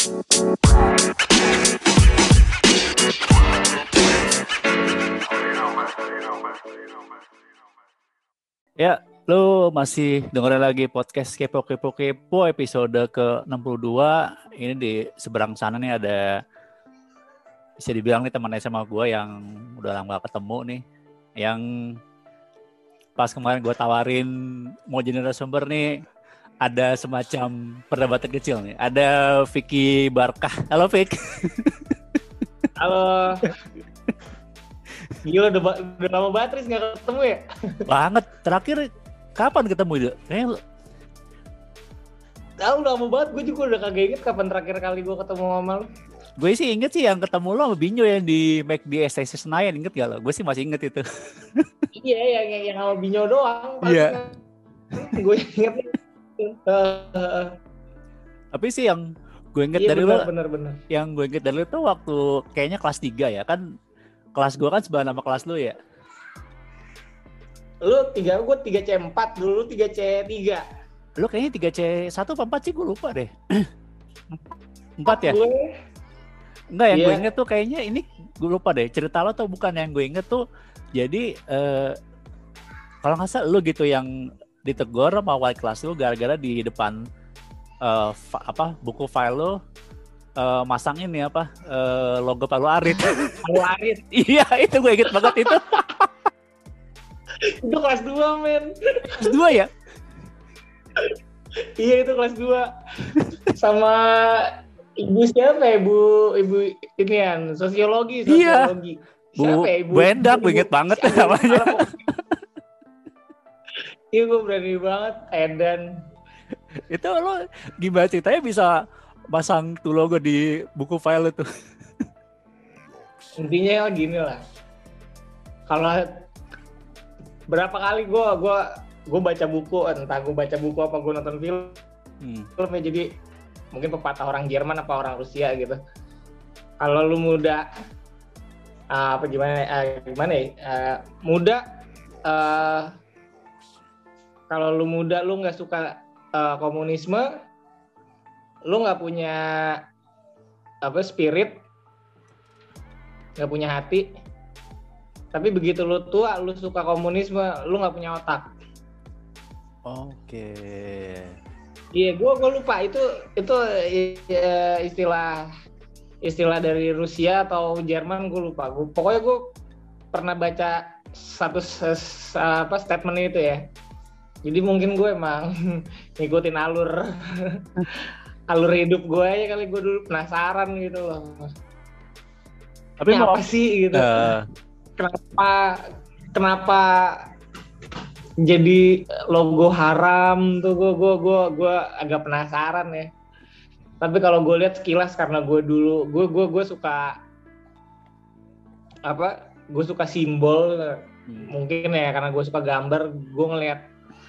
Ya, lu masih dengerin lagi podcast Kepo episode ke-62. Ini di seberang sana nih ada, bisa dibilang nih teman SMA gue yang udah lama gak ketemu nih. Yang pas kemarin gue tawarin mau jadi narasumber nih, ada semacam perdebatan kecil nih. Ada Vicky Barkah. Halo Vick. Halo. Gila udah lama banget Riz gak ketemu ya? Banget. Terakhir kapan ketemu itu? Kayaknya tahu lama banget, gue juga udah kagak inget kapan terakhir kali gue ketemu sama lu. gue sih inget sih yang ketemu lo sama Binyo yang di McD STC Senayan, inget gak lo? Gue sih masih inget itu. Iya, yang sama Binyo doang. Iya. Gue inget. Tapi sih yang gue inget iya, dari bener. Yang gue inget dari lo tuh waktu kayaknya kelas 3 ya kan. Kelas gue kan sebelah nama kelas lo ya. Lu 3, gue 3C4 dulu, 3C3. Lu kayaknya 3C1 apa 4 sih, gue lupa deh. 4 ya? Gue. Enggak, yang Iya. gue inget tuh kayaknya ini, gue lupa deh. Cerita lo tuh bukan, yang gue inget tuh. Jadi kalau nggak salah lu gitu yang ditegur sama wali kelas lu gara-gara di depan buku file lu masang ini logo Palu Arit. Palu Arit. Iya, itu gue inget banget itu. Itu kelas 2 men. Kelas 2 ya? Iya, itu kelas 2. Sama ibu siapa ya? Ibu inian, sosiologi. Iya. Siapa ya? Bu Endang, gue inget banget namanya. Iya, gue berani banget. Edan. Itu lo gimana ceritanya bisa pasang tuh logo di buku file itu? Intinya gini lah. Kalau berapa kali gue baca buku, entah gue baca buku apa gue nonton filmnya, jadi mungkin pepatah orang Jerman apa orang Rusia gitu. Kalau lu muda kalau lu muda lu nggak suka komunisme, lu nggak punya spirit, nggak punya hati. Tapi begitu lu tua, lu suka komunisme, lu nggak punya otak. Oke. Iya, gue lupa itu istilah dari Rusia atau Jerman, gue lupa. Pokoknya gue pernah baca satu statement itu ya. Jadi mungkin gue emang ngikutin alur hidup gue aja kali, gue dulu penasaran gitu loh. Tapi apa sih gitu? Kenapa jadi logo haram tuh, gue agak penasaran ya. Tapi kalau gue lihat sekilas, karena gue dulu gue suka gue suka simbol, mungkin ya karena gue suka gambar, gue ngelihat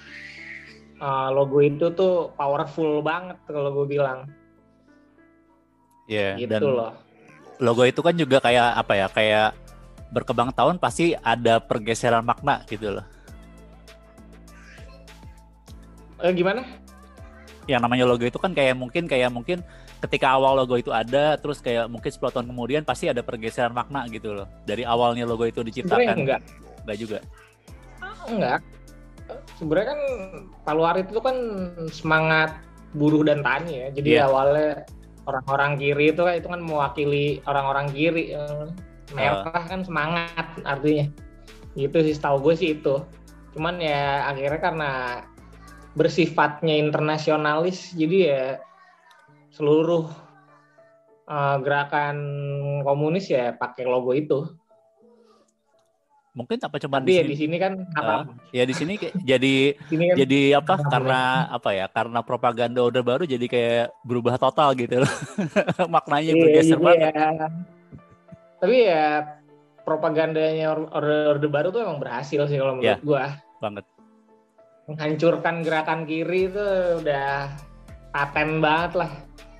logo itu tuh powerful banget kalau gue bilang. Iya, gitu dan loh. Logo itu kan juga kayak berkembang tahun pasti ada pergeseran makna gitu loh. Gimana? Yang namanya logo itu kan kayak mungkin ketika awal logo itu ada, terus kayak mungkin 10 tahun kemudian pasti ada pergeseran makna gitu loh. Dari awalnya logo itu diciptakan. Sebenarnya enggak juga. Enggak. Sebenarnya kan Palu Arit itu kan semangat buruh dan tani ya. Jadi awalnya orang-orang kiri itu kan mewakili orang-orang kiri. Merah kan semangat artinya. Gitu sih, setahu gue sih itu. Cuman ya akhirnya karena bersifatnya internasionalis, jadi ya seluruh gerakan komunis ya pakai logo itu. Mungkin apa coba di sini kan ya di sini jadi kan, jadi apa karena propaganda Orde Baru jadi kayak berubah total gitu loh. Maknanya bergeser banget. Tapi ya propagandanya Orde Baru tuh emang berhasil sih kalau menurut gua. Banget. Menghancurkan gerakan kiri itu udah paten banget lah.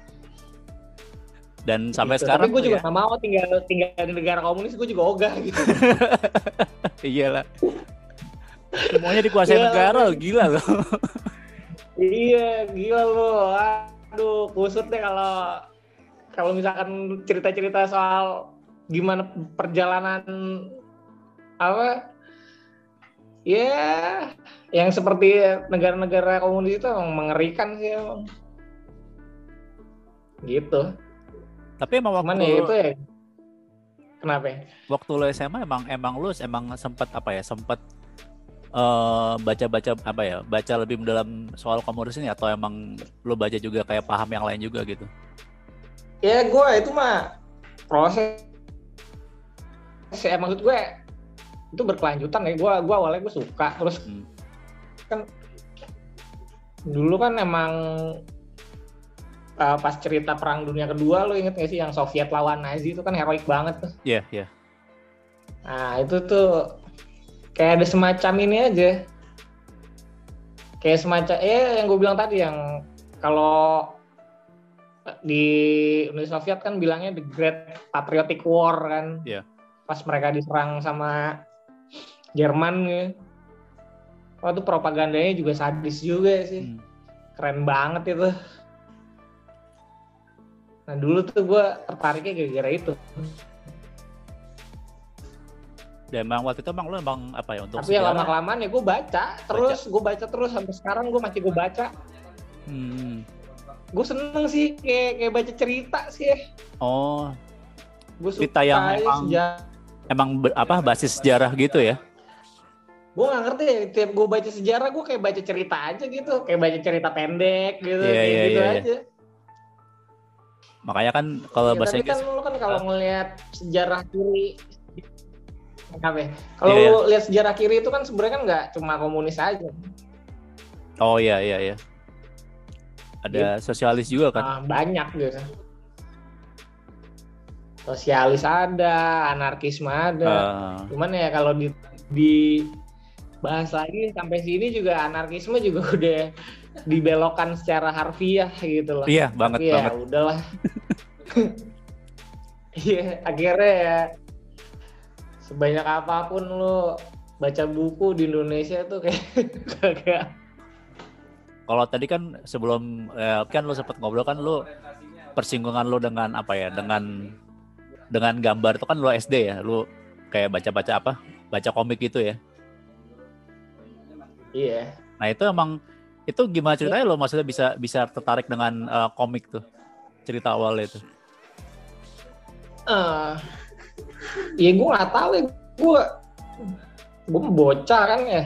Dan sampai gitu. sekarang tapi gue juga gak mau tinggal di negara komunis, gue juga ogah gitu. Iyalah, semuanya dikuasai negara, gila loh. Iya, gila loh. Aduh, kusut deh kalau kalau misalkan cerita-cerita soal gimana perjalanan apa ya yang seperti negara-negara komunis itu emang mengerikan sih emang. Gitu. Tapi emang cuman ya itu ya kenapa ya? Waktu lo SMA emang lu sempat baca-baca apa ya, baca lebih mendalam soal komunis ini, atau emang lu baca juga kayak paham yang lain juga gitu? Ya gue itu mah proses maksud gue itu berkelanjutan ya. Gue awalnya gue suka terus kan dulu kan emang pas cerita Perang Dunia Kedua, lo inget gak sih yang Soviet lawan Nazi itu kan heroik banget tuh. Iya, yeah. Nah itu tuh kayak ada semacam ini aja, kayak semacam yang gue bilang tadi, yang kalau di Uni Soviet kan bilangnya the Great Patriotic War kan. Iya. Pas mereka diserang sama Jerman gitu. Oh itu propagandanya juga sadis juga sih. Keren banget itu. Nah dulu tuh gue tertariknya gara-gara itu. Dan emang waktu itu emang lo emang apa ya untuk tapi sejarah? Ya lama-kelamaan ya gue baca terus sampai sekarang gue masih baca. Gue seneng sih kayak baca cerita sih. Oh. Gue cerita yang emang basis sejarah gitu ya? Gue nggak ngerti ya, tiap gue baca sejarah gue kayak baca cerita aja gitu, kayak baca cerita pendek gitu, gitu aja. Makanya kan kalau bahasa Inggris. Tapi kan lu kan kalau ngelihat sejarah kiri, kalau lu lihat sejarah kiri itu kan sebenarnya kan nggak cuma komunis aja. Oh iya. Ada sosialis juga kan? Banyak gitu. Sosialis ada, anarkisme ada. Cuman ya kalau di bahas lagi sampai sini juga anarkisme juga udah dibelokkan secara harfiah gitu loh. Iya, banget. Ya udahlah. Iya, akhirnya ya sebanyak apapun lo baca buku di Indonesia tuh kayak kagak. Kalau tadi kan sebelum kan lo sempat ngobrol kan lo persinggungan lo dengan apa ya, dengan gambar itu kan lo SD ya, lo kayak baca komik gitu ya. Iya. Nah itu emang itu gimana ceritanya lo maksudnya bisa tertarik dengan komik tuh, cerita awalnya itu? Ya gue nggak tahu ya, gue bocah kan ya.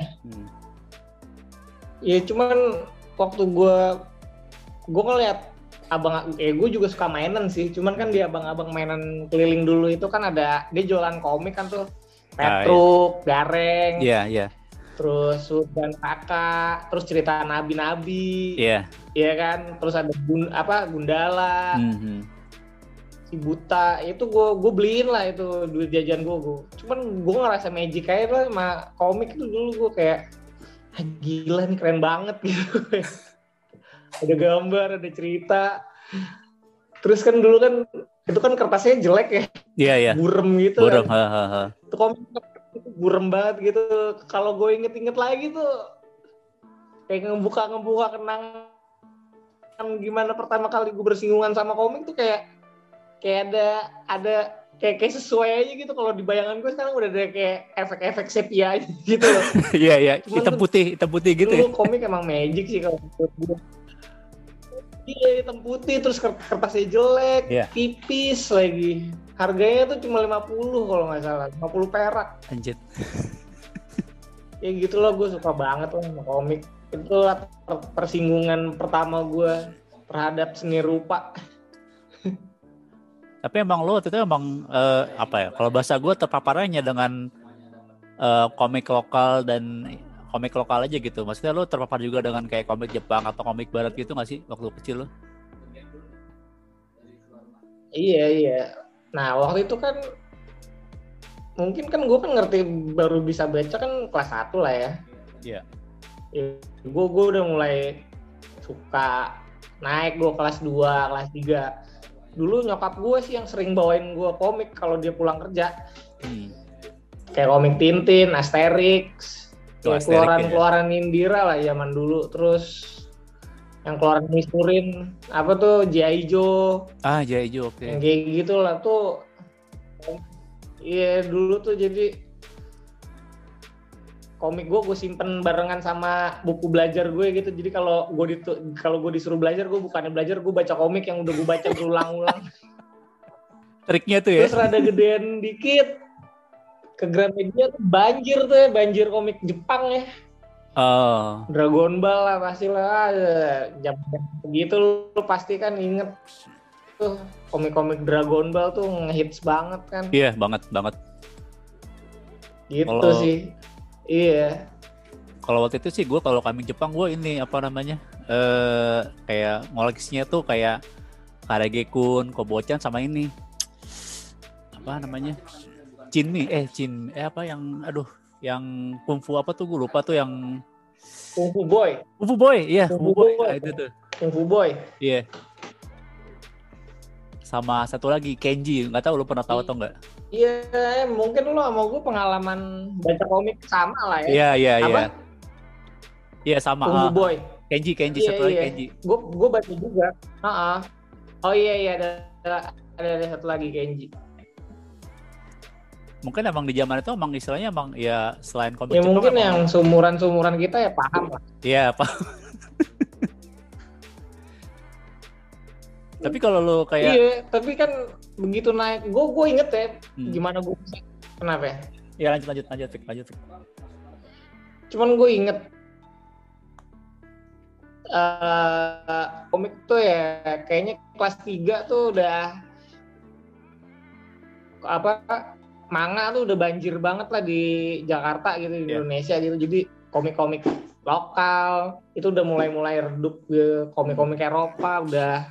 Ya cuman waktu gue ngeliat abang, gue juga suka mainan sih, cuman kan dia abang-abang mainan keliling dulu itu kan ada, dia jualan komik kan tuh, Petruk, Gareng. Iya. Terus dan Kakak, terus cerita nabi-nabi, iya kan, terus ada Gundala, si Buta, itu gue beliin lah itu duit jajan gue. Cuman gue ngerasa magic aja lah sama komik itu dulu, gue kayak gila nih keren banget gitu. Ada gambar, ada cerita. Terus kan dulu kan itu kan kertasnya jelek ya, burem gitu. Burem, kan. Itu komik burem banget gitu. Kalau gue inget-inget lagi tuh kayak ngebuka kenangan gimana pertama kali gue bersinggungan sama komik tuh kayak ada kayak sesuai aja gitu. Kalau di bayangan gue sekarang udah ada kayak efek-efek sepia gitu loh. Iya. Hitam putih gitu dulu ya. Komik emang magic sih kalau menurut gue. Iya, hitam putih terus kertasnya jelek, tipis lagi. Harganya tuh cuma 50 kalau nggak salah, 50 perak. Anjir. Ya gitu loh, gue suka banget loh sama komik. Itu persinggungan pertama gue terhadap seni rupa. Tapi emang lo itu emang kalau bahasa gue terpaparnya dengan komik lokal dan komik lokal aja gitu. Maksudnya lo terpapar juga dengan kayak komik Jepang atau komik barat gitu nggak sih waktu kecil lo? Iya. Nah waktu itu kan mungkin kan gue kan ngerti baru bisa baca kan kelas 1 lah ya. Iya. Gue udah mulai suka, naik gue kelas 2, kelas 3. Dulu nyokap gue sih yang sering bawain gue komik kalau dia pulang kerja. Kayak komik Tintin, Asterix, keluaran Indira lah zaman dulu. Terus yang keluaran Misurin apa tuh G.I. Joe. G.I. Joe, oke. Yang kayak gitu lah tuh. Iya dulu tuh jadi komik gue simpen barengan sama buku belajar gue gitu. Jadi kalau gue disuruh belajar, gue bukannya belajar, gue baca komik yang udah gue baca berulang-ulang. Triknya tuh ya. Terus rada gedean dikit ke Gramedia tuh banjir komik Jepang ya. Dragon Ball lah pasti lah. Jam gitu lu pasti kan inget tuh komik-komik Dragon Ball tuh ngehits banget kan. Iya, banget. Gitu sih. Iya. Kalau waktu itu sih gue kalau komik Jepang gue ini apa namanya kayak ngoleksinya tuh kayak Karage-kun, Kobo-chan sama ini apa namanya apa yang yang kungfu apa tuh gue lupa tuh yang Kungfu Boy. Iya Kungfu Boy. Itu tuh Kungfu Boy. Iya. Sama satu lagi Kenji, nggak tahu lu pernah tahu atau enggak? Iya, mungkin lu sama gue pengalaman baca komik sama lah ya. Iya. Iya sama. Kungfu Boy. Kenji satu lagi Kenji. Gue baca juga. Oh iya ada satu lagi Kenji. Mungkin emang di zaman itu emang istilahnya emang ya selain komik ya Jepang mungkin emang, yang seumuran kita ya paham lah. Iya paham. Tapi kalau lu kayak iya, tapi kan begitu naik, gue inget ya gimana gue kenapa ya? Ya lanjut. Cuman gue inget komik tuh ya kayaknya kelas 3 tuh udah manga tuh udah banjir banget lah di Jakarta gitu, di Indonesia gitu. Jadi komik-komik lokal itu udah mulai redup ke komik-komik Eropa, udah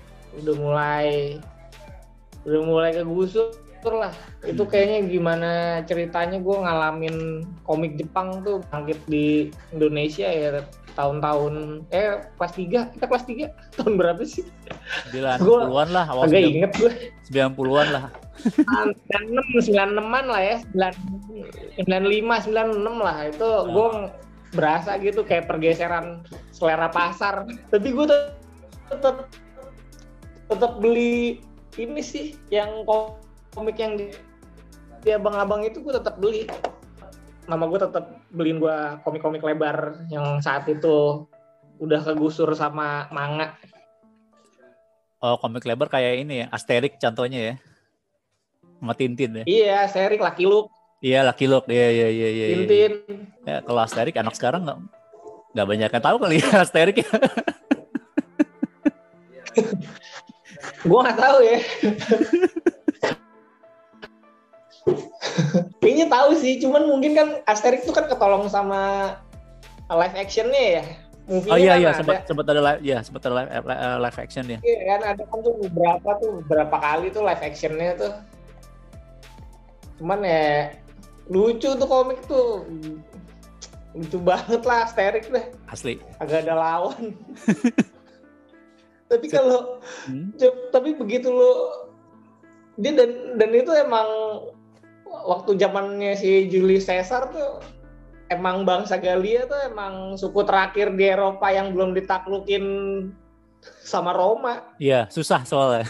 mulai kegusur lah. Itu kayaknya gimana ceritanya gue ngalamin komik Jepang tuh bangkit di Indonesia ya tahun-tahun kelas 3. Kita kelas 3 tahun berapa sih? 90-an lah, awal agak inget gue. 90-an lah. 96-an lah ya. 95-96 lah. Itu gue berasa gitu kayak pergeseran selera pasar. Tapi gue tetap beli ini sih yang komik yang di abang-abang itu gue tetap beli. Mama gue tetap beliin gue komik-komik lebar yang saat itu udah kegusur sama manga. Oh, komik lebar kayak ini ya, Asterix contohnya ya. Sama Tintin ya. Iya, Asterix, Lucky Luke. Iya, Lucky Luke. Iya. Tintin. Ya, kalau Asterix anak sekarang nggak banyak yang tahu kali ya Asterix ya. Gue nggak tahu ya. Kayaknya tahu sih, cuman mungkin kan Asterix itu kan ketolong sama live actionnya ya. Oh iya, sempat ada live action ya. Iya kan, ada kan tuh beberapa kali tuh live actionnya tuh. Cuman ya lucu tuh komik tuh, lucu banget lah Asterix deh. Asli. Agak ada lawan. Tapi tapi begitu lo dia dan itu emang waktu zamannya si Julius Caesar tuh emang bangsa Galia tuh emang suku terakhir di Eropa yang belum ditaklukin sama Roma. Iya, susah soalnya.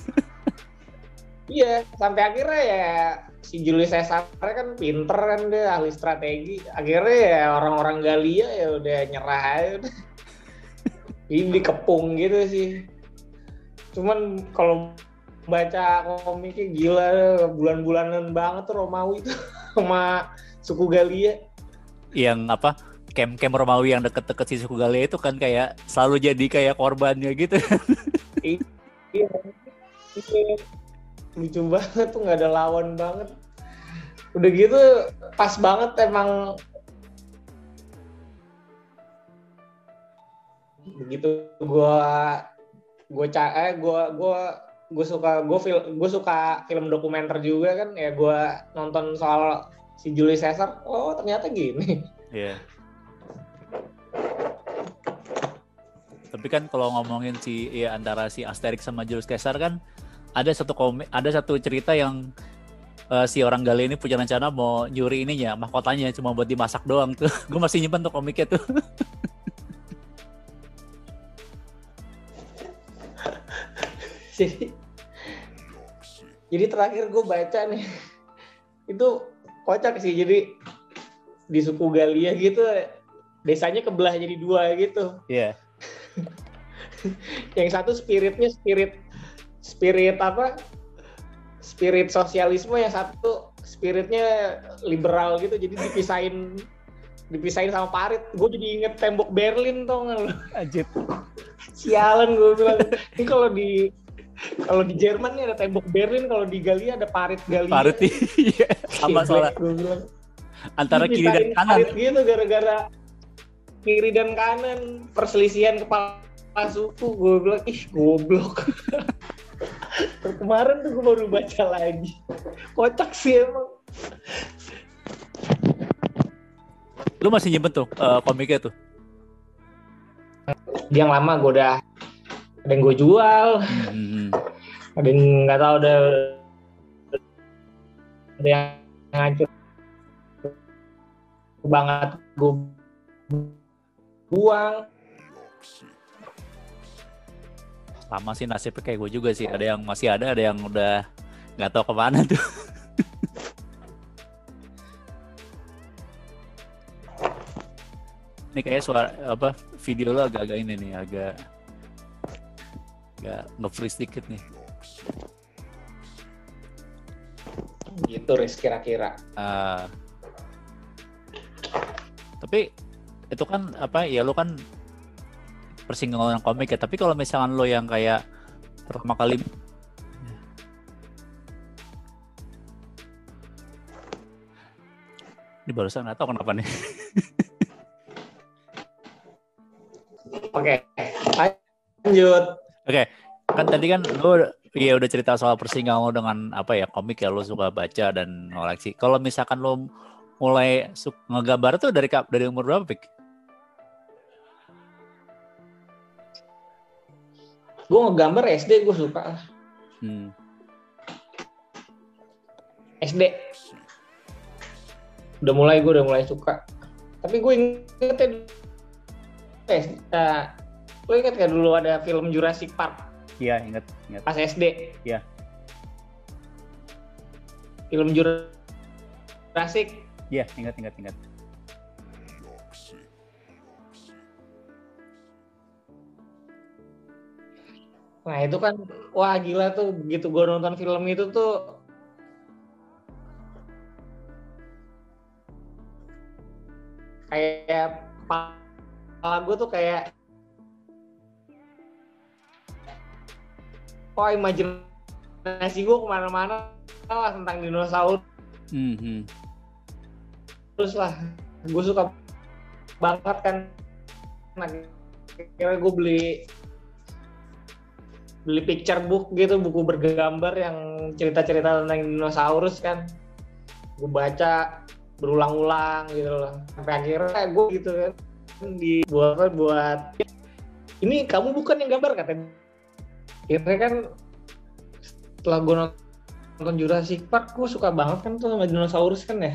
Iya, sampai akhirnya ya si Julius Caesar kan pinter kan, dia ahli strategi. Akhirnya ya orang-orang Galia ya udah nyerah aja. Ini dikepung gitu sih. Cuman kalau baca komiknya gila, bulan-bulanan banget tuh Romawi tuh sama suku Galia. Yang apa? Camp Romawi yang deket-deket si suku Galia itu kan kayak selalu jadi kayak korbannya gitu. Iya. Lucu banget tuh, nggak ada lawan banget. Udah gitu pas banget emang. Begitu gue suka film dokumenter juga kan ya, gue nonton soal si Julius Caesar, oh ternyata gini. Iya. Tapi kan kalau ngomongin antara si Asterix sama Julius Caesar kan ada satu cerita yang si orang Galia ini punya rencana mau nyuri mahkotanya cuma buat dimasak doang tuh. Gue masih nyimpen tuh komiknya tuh. jadi terakhir gue baca nih itu kocak sih. Jadi di suku Galia gitu desanya kebelah jadi 2 gitu. Iya. Yang satu spiritnya spirit apa? Spirit sosialisme, yang satu spiritnya liberal gitu. Jadi dipisahin sama parit. Gue jadi inget tembok Berlin, tau nggak lo? Anjir. Sialan gue bilang. Ini kalau di Jerman nih ada tembok Berlin, kalau di Galia ada parit Galia. Parit iya. Sama soalnya. Gue bilang. Antara kiri dan kanan. Parit gitu gara-gara kiri dan kanan perselisihan kepala suku. Gue bilang ih goblok. Kemarin tuh gue baru baca lagi. Kocak sih emang. Lu masih nyimpen tuh komiknya tuh? Yang lama gue udah ada yang gue jual, ada yang nggak tahu, ada yang hancur banget gue buang. Sama sih nasibnya kayak gue juga sih. Ada yang masih ada yang udah nggak tahu kemana tuh. Ini kayak suara apa video lo agak-agak ini nih, agak nge-freeze dikit nih. Gitu Riz kira-kira. Tapi itu kan apa ya, lo kan persinggungan komik ya. Tapi kalau misalkan lo yang kayak pertama kali ini barusan nggak tahu kenapa nih. Oke, lanjut. Oke, kan tadi kan lo ya udah cerita soal persinggungan lo dengan apa ya, komik ya, lo suka baca dan ngoleksi. Kalau misalkan lo mulai ngegambar tuh dari umur berapa, Pik? Gue ngegambar SD, gue suka. SD. Gue udah mulai suka. Tapi gue inget lo inget gak dulu ada film Jurassic Park? Iya, inget. Pas SD. Iya. Film Jurassic. Iya, ingat. Nah itu kan, wah gila tuh, begitu gue nonton film itu tuh kayak kepala gue tuh kayak imajinasi gue kemana-mana lah tentang dinosaurus. Terus lah, gue suka banget kan. Nah, akhirnya gue beli picture book gitu, buku bergambar yang cerita-cerita tentang dinosaurus kan. Gue baca berulang-ulang gitu loh. Sampai akhirnya gue gitu kan buat ini kamu bukan yang gambar katanya. Akhirnya kan setelah gue nonton Jurassic Park, gue suka banget kan tuh sama dinosaurus kan ya.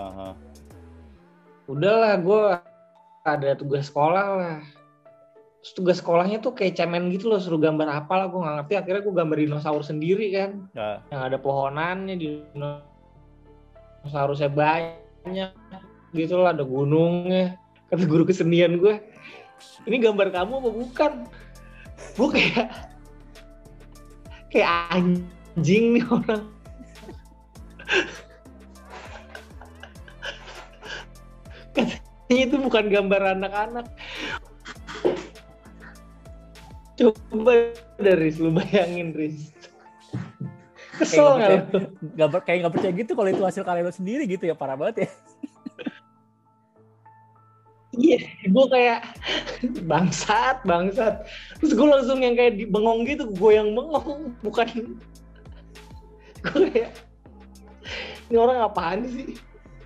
Udahlah, gue ada tugas sekolah lah. Terus tugas sekolahnya tuh kayak cemen gitu loh, suruh gambar apa lah, gue nggak ngerti. Akhirnya gue gambar dinosaurus sendiri kan. Yang ada pohonannya, dinosaurusnya banyak gitu loh, ada gunungnya. Kata guru kesenian gue, ini gambar kamu apa bukan? Gue kayak anjing nih orang. Katanya itu bukan gambar anak-anak. Coba dari lu bayangin, Riz. Kesel nggak? Kayak nggak percaya gitu kalau itu hasil karya lo sendiri gitu ya, parah banget ya. Iya, gue kayak bangsat. Terus gue langsung yang kayak bengong gitu, gue yang bengong, bukan. Gue kayak, ini orang apaan sih?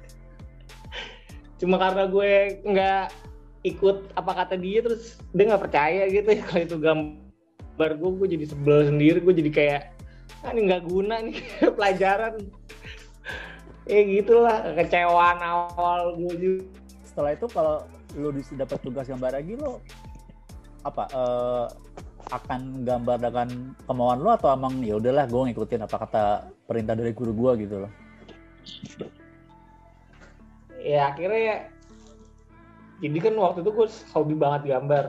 Cuma karena gue nggak ikut apa kata dia, terus dia nggak percaya gitu ya kalau itu gambar gue jadi sebel sendiri, gue jadi kayak, ini nggak guna nih pelajaran. Gitulah kekecewaan awal gue juga. Setelah itu kalau lo dapat tugas gambar lagi, lo apa akan gambar dengan kemauan lo atau emang ya udahlah gue ngikutin apa kata perintah dari guru gue gitu loh? Ya akhirnya jadi kan waktu itu gue hobi banget gambar.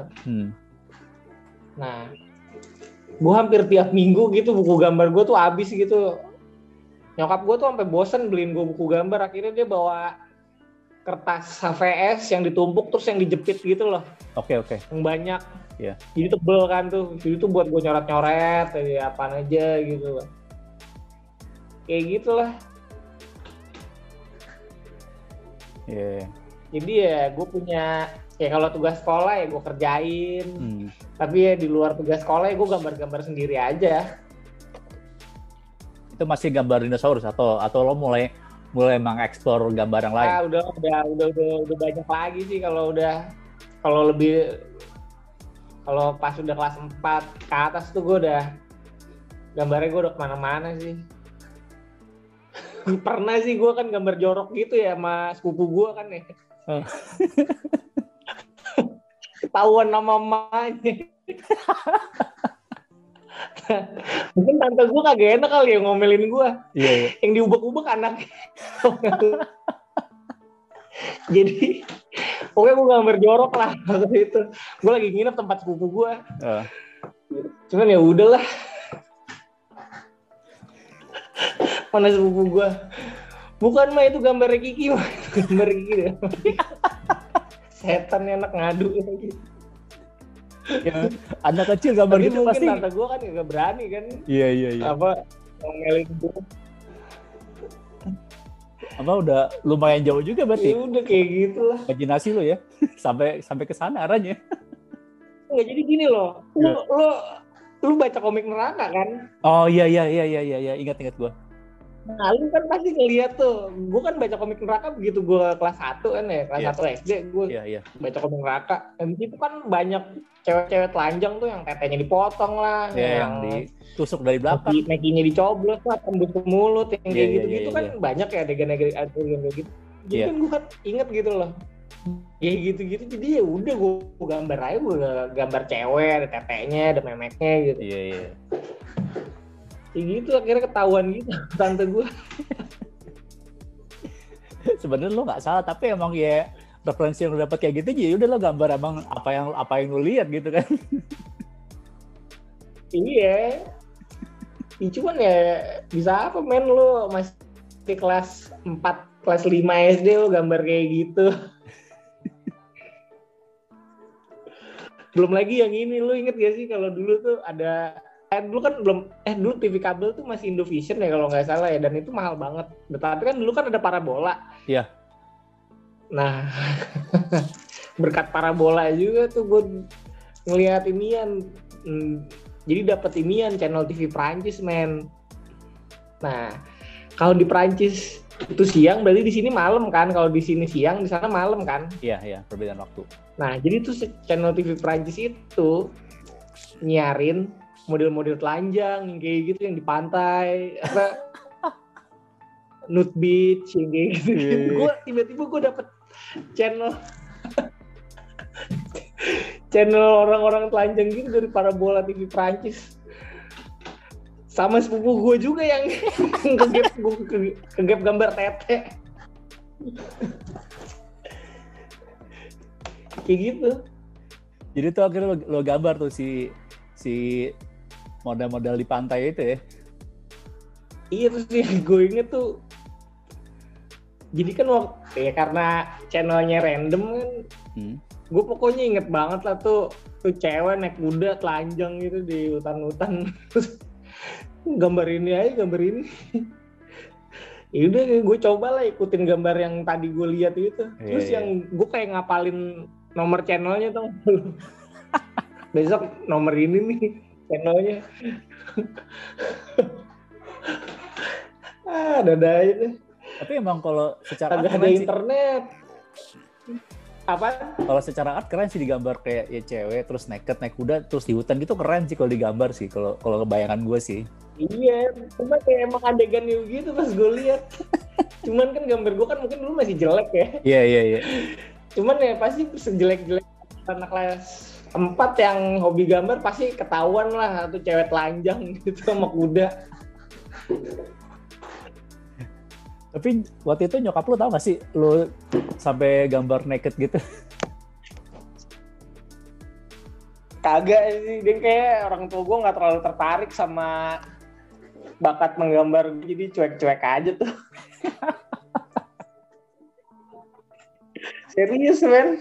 Nah, gue hampir tiap minggu gitu buku gambar gue tuh habis gitu. Nyokap gue tuh sampai bosen beliin gue buku gambar. Akhirnya dia bawa kertas HVS yang ditumpuk terus yang dijepit gitu loh. Oke. Yang banyak. Iya. Jadi tebel kan tuh. Jadi tuh buat gue nyoret-nyoret, ya apaan aja gitu. Kayak gitulah. Iya. Jadi ya gue punya, ya kalau tugas sekolah ya gue kerjain. Tapi ya di luar tugas sekolah ya gue gambar-gambar sendiri aja. Itu masih gambar dinosaurus atau lo mulai mengeksplor gambar yang lain? Udah banyak lagi sih kalau pas udah kelas 4 ke atas tuh gue udah gambarnya gue udah kemana-mana sih. Pernah sih gue kan gambar jorok gitu ya sama sepupu gue kan ya. Ketahuan nama mamanya. Mungkin tante gue kagak enak kali ya ngomelin gue. Iya. Yang diubek-ubek anaknya. Jadi pokoknya gue gambar jorok lah waktu itu. Gue lagi nginep tempat sepupu gue. Cuman ya udahlah. Mana sepupu gue? Bukan mah itu gambarnya Kiki mah. Itu gambar Kiki deh. Setan enak ngadu lagi. Ya, anak kecil gambar gitu pasti. Mungkin tante gue kan gak berani kan. Iya. Apa ngomelin gue. Apa udah lumayan jauh juga berarti? Ya udah kayak gitulah. Imajinasi lo ya. sampai ke sana arahnya. Enggak, jadi gini loh. Lu baca komik neraka kan? Oh iya. Ingat gue. Nah, lu kan pasti ngeliat tuh. Gue kan baca komik neraka begitu gue kelas 1 kan ya. Kelas 1 SD gue baca komik neraka. Dan di situ kan banyak cewek-cewek telanjang tuh yang tetenya dipotong lah. Yang ditusuk dari belakang. Mekinya dicoblos lah, tembus ke mulut. Yang kayak gitu-gitu kan banyak ya adegan-adegan kayak gitu. Jadi kan gue kan inget gitu loh. Ya gitu-gitu. Jadi ya udah gue gambar aja. Gue gambar cewek, ada tetenya, ada memeknya gitu. Iya. Kayak gitu akhirnya ketahuan gitu tante gue. Sebenarnya lo nggak salah, tapi emang ya referensi yang lo dapat kayak gitu, jadi udah lo gambar emang apa yang lo lihat gitu kan. Iya. Cuman ya bisa apa men, lo masih kelas 4, kelas 5 SD lo gambar kayak gitu. Belum lagi yang ini, lo inget gak sih kalau dulu tuh ada dulu TV kabel tuh masih Indovision ya kalau nggak salah ya, dan itu mahal banget. Tapi kan dulu kan ada parabola. Iya. Nah, berkat parabola juga tuh gue ngeliat inian. Jadi dapat inian channel TV Prancis men. Nah, kalau di Prancis itu siang, berarti di sini malam kan. Kalau di sini siang, di sana malam kan. Iya, perbedaan waktu. Nah, jadi tuh channel TV Prancis itu nyiarin model-model telanjang yang kayak gitu yang di pantai, apa nude beach yang kayak gitu. Gue tiba-tiba dapet channel orang-orang telanjang gitu dari parabola TV Prancis. Sama sepupu gue juga yang kegap gambar tete. Kayak gitu. Jadi tuh akhirnya lo gambar tuh si model-model di pantai itu ya? Iya, terus gue inget tuh. Jadi kan waktu ya karena channelnya random kan, gue pokoknya inget banget lah tuh cewek naik kuda telanjang gitu di hutan-hutan. Terus gambar ini. Ya udah gue coba lah ikutin gambar yang tadi gue lihat itu. Terus yang gue kayak ngapalin nomor channelnya tuh. Besok nomor ini nih channelnya. Dada aja deh. Tapi emang kalau secara art ada internet. Apa? Kalau secara art keren sih digambar kayak ya cewek terus naked naik kuda terus di hutan gitu, keren sih kalau digambar sih, kalau kebayangan gue sih. Iya, cuma kayak emang adegannya gitu pas gue lihat. Cuman kan gambar gue kan mungkin dulu masih jelek ya. Iya. Cuman ya pasti sejelek-jelek anak kelas 4 yang hobi gambar pasti ketahuan lah, atau cewek telanjang gitu sama kuda. Tapi waktu itu nyokap lu tau gak sih lu sampai gambar naked gitu? Kagak sih, dia kayak orang tua gue nggak terlalu tertarik sama bakat menggambar, jadi cuek-cuek aja tuh. Serius men.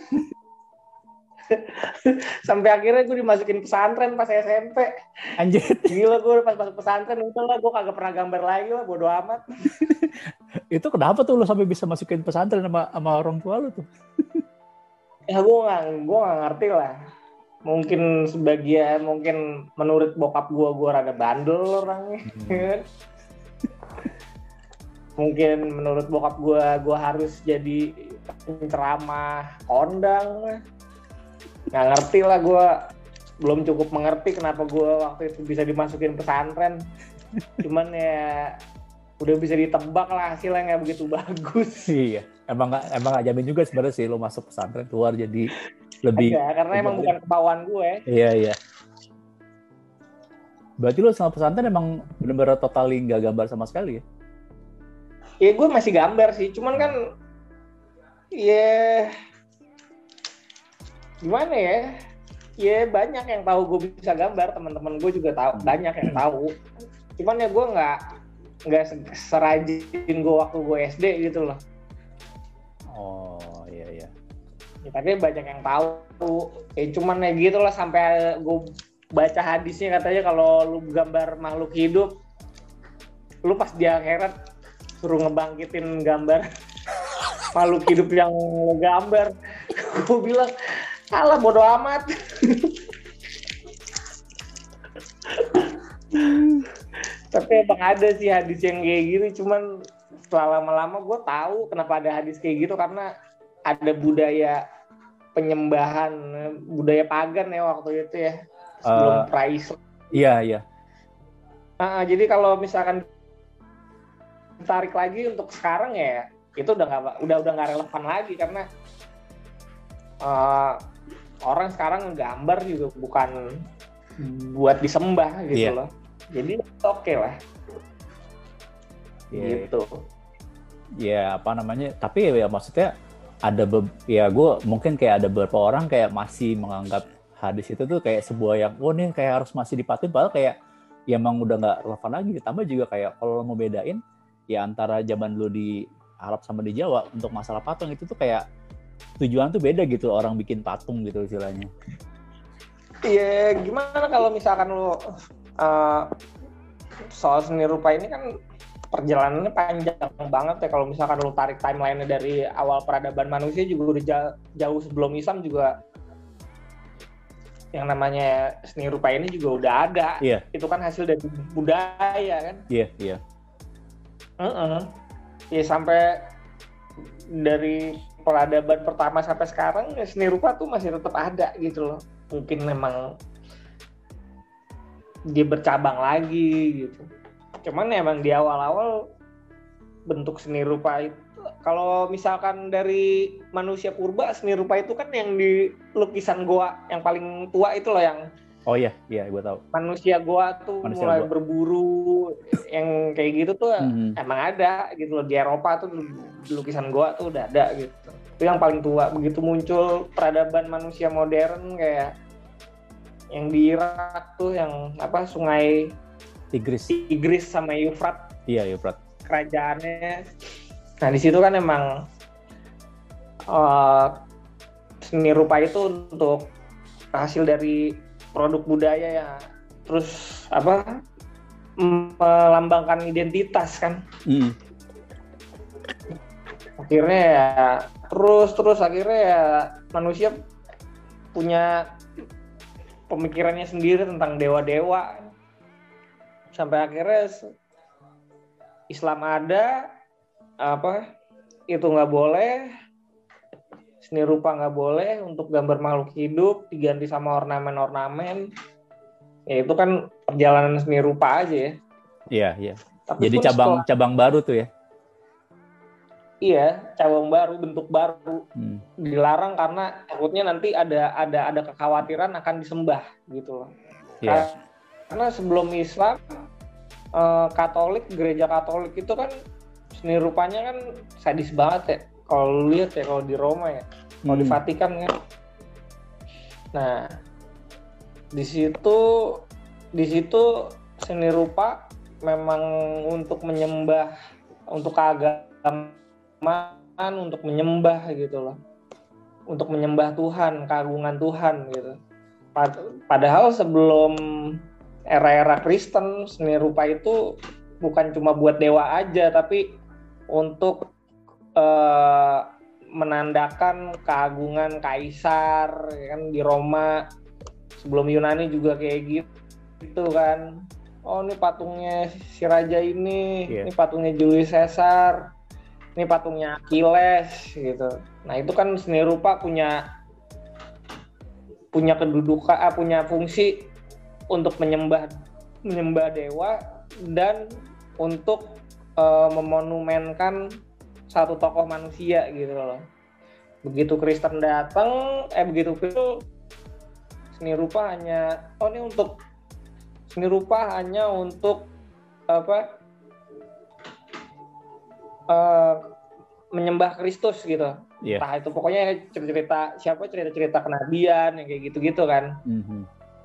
Sampai akhirnya gue dimasukin pesantren pas SMP. Anjir. Gila, gue pas masuk pesantren itu lah gue kagak pernah gambar lagi lah, bodo amat. Itu kenapa tuh lu sampai bisa masukin pesantren sama orang tua lu tuh? Ya gue nggak ngerti lah. Mungkin sebagian, mungkin menurut bokap gue rada bandel orangnya. Mungkin menurut bokap gue harus jadi penceramah kondang. Nggak ngerti lah, gue belum cukup mengerti kenapa gue waktu itu bisa dimasukin pesantren. Cuman ya udah bisa ditebak lah, hasilnya nggak begitu bagus. Iya, emang nggak jamin juga sebenarnya sih lo masuk pesantren keluar jadi lebih. Enggak, karena emang bukan kemauan gue. Iya. Berarti lo sama pesantren emang benar-benar totali nggak gambar sama sekali ya? Ya gue masih gambar sih, cuman kan ya gimana ya? Ya banyak yang tahu gue bisa gambar, teman-teman gue juga tahu, banyak yang tahu. Cuman ya gue nggak serajin gue waktu gue SD gitu loh. Oh iya. Ya, tapi banyak yang tahu. Cuman ya gitu lah, sampai gue baca hadisnya katanya kalau lu gambar makhluk hidup, lu pas di akhirat suruh ngebangkitin gambar makhluk hidup yang lu gambar. Gue bilang, alah bodo amat. Tapi emang ada sih hadis yang kayak gitu, cuman setelah lama-lama gue tahu kenapa ada hadis kayak gitu, karena ada budaya penyembahan, budaya pagan ya waktu itu ya, sebelum pra-Islam. Iya. Jadi kalau misalkan tarik lagi untuk sekarang ya, itu udah nggak relevan lagi, karena orang sekarang nggambar juga bukan buat disembah gitu loh. Jadi oke lah. Gitu. Ya apa namanya? Tapi ya maksudnya ada gue mungkin kayak ada beberapa orang kayak masih menganggap hadis itu tuh kayak sebuah yang nih kayak harus masih dipatuhin, padahal kayak ya emang udah nggak relevan lagi. Ditambah juga kayak kalau mau bedain ya antara zaman lu di Arab sama di Jawa untuk masalah patung itu tuh kayak tujuan tuh beda gitu, orang bikin patung gitu istilahnya. Iya, gimana kalau misalkan lu soal seni rupa ini kan perjalanannya panjang banget ya. Kalau misalkan lu tarik timeline-nya dari awal peradaban manusia juga udah jauh sebelum Islam juga yang namanya seni rupa ini juga udah ada. Iya. Itu kan hasil dari budaya kan. Iya. Ya sampai dari peradaban pertama sampai sekarang ya seni rupa tuh masih tetap ada gitu loh. Mungkin memang dia bercabang lagi gitu. Cuman emang di awal-awal bentuk seni rupa itu, kalau misalkan dari manusia purba, seni rupa itu kan yang di lukisan goa yang paling tua itu loh, yang iya gue tahu. Manusia goa tuh mulai berburu, yang kayak gitu tuh emang ada gitu loh, di Eropa tuh lukisan goa tuh udah ada gitu. Itu yang paling tua. Begitu muncul peradaban manusia modern kayak yang di Irak tuh, yang apa, sungai Tigris sama Eufrat. Iya, Eufrat. Kerajaannya. Nah di situ kan emang seni rupa itu untuk hasil dari produk budaya ya, terus apa, melambangkan identitas kan. Akhirnya ya terus akhirnya ya manusia punya pemikirannya sendiri tentang dewa-dewa, sampai akhirnya Islam ada, apa itu nggak boleh, seni rupa nggak boleh, untuk gambar makhluk hidup diganti sama ornamen-ornamen. Ya itu kan perjalanan seni rupa aja ya. Iya. Tapi jadi cabang baru tuh ya. Iya, cabang baru, bentuk baru. Dilarang karena takutnya nanti ada kekhawatiran akan disembah gitu loh. Yeah. Karena sebelum Islam, Katolik, gereja Katolik itu kan seni rupanya kan sadis banget ya. Kalau lihat ya, kalau di Roma ya, kalau di Vatikan kan. Nah, di situ seni rupa memang untuk menyembah, untuk keagamaan, untuk menyembah gitu loh, untuk menyembah Tuhan, keagungan Tuhan gitu. Padahal sebelum era-era Kristen, seni rupa itu bukan cuma buat dewa aja, tapi untuk menandakan keagungan kaisar kan di Roma. Sebelum Yunani juga kayak gitu kan. Oh, ini patungnya si raja ini, ini patungnya Julius Caesar, ini patungnya Achilles gitu. Nah, itu kan seni rupa punya kedudukan, punya fungsi untuk menyembah dewa dan untuk memonumenkan satu tokoh manusia gitu loh. Begitu Kristen datang, begitu itu seni rupa hanya menyembah Kristus gitu. Yeah. Entah itu pokoknya cerita kenabian yang kayak gitu-gitu kan. Mm-hmm.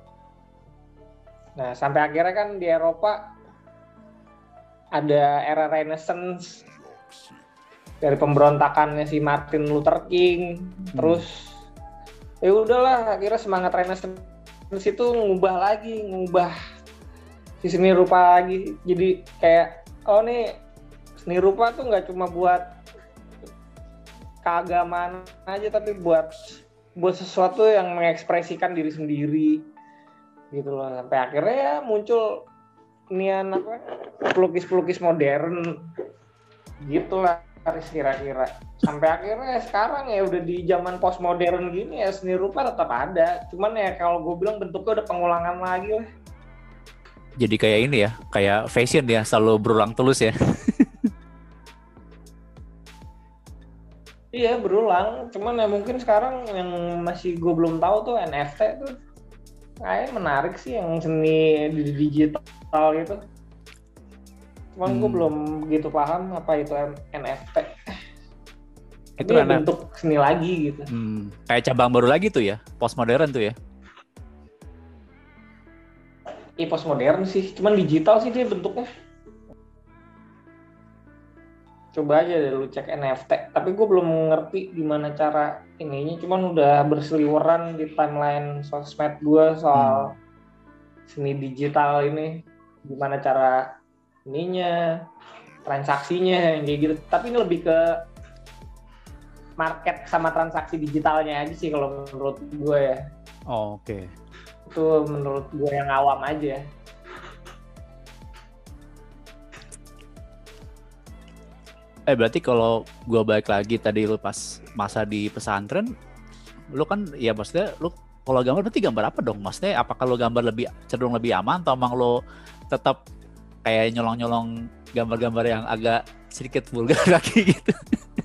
Nah, sampai akhirnya kan di Eropa ada era Renaissance dari pemberontakannya si Martin Luther King. Terus ya udahlah, akhirnya semangat Renaissance itu ngubah si seni rupa lagi. Jadi kayak nih seni rupa tuh nggak cuma buat keagamaan aja, tapi buat sesuatu yang mengekspresikan diri sendiri gitu loh. Sampai akhirnya ya muncul nian pelukis modern gitulah kira-kira. Sampai akhirnya sekarang ya udah di zaman postmodern gini ya seni rupa tetap ada. Cuman ya kalau gue bilang bentuknya udah pengulangan lagi lah. Jadi kayak ini ya, kayak fashion ya, selalu berulang terus ya. Iya berulang, cuman ya mungkin sekarang yang masih gue belum tahu tuh NFT tuh kayaknya menarik sih, yang seni di digital gitu. Cuman gue belum begitu paham apa itu NFT. Itu bentuk seni lagi gitu. Kayak cabang baru lagi tuh ya, postmodern tuh ya. Iya postmodern sih, cuman digital sih dia bentuknya. Coba aja deh lu cek NFT, tapi gue belum ngerti gimana cara ininya, cuman udah berseliweran di timeline sosmed gue soal seni digital ini, gimana cara ininya, transaksinya yang kayak gitu. Tapi ini lebih ke market sama transaksi digitalnya aja sih kalau menurut gue ya. Oh, oke. Itu menurut gue yang awam aja. Berarti kalau gue balik lagi tadi lu pas masa di pesantren, lu kan ya maksudnya lu kalau gambar berarti gambar apa dong? Maksudnya apakah lu gambar cenderung lebih aman atau emang lu tetap kayak nyolong-nyolong gambar-gambar yang agak sedikit vulgar lagi gitu?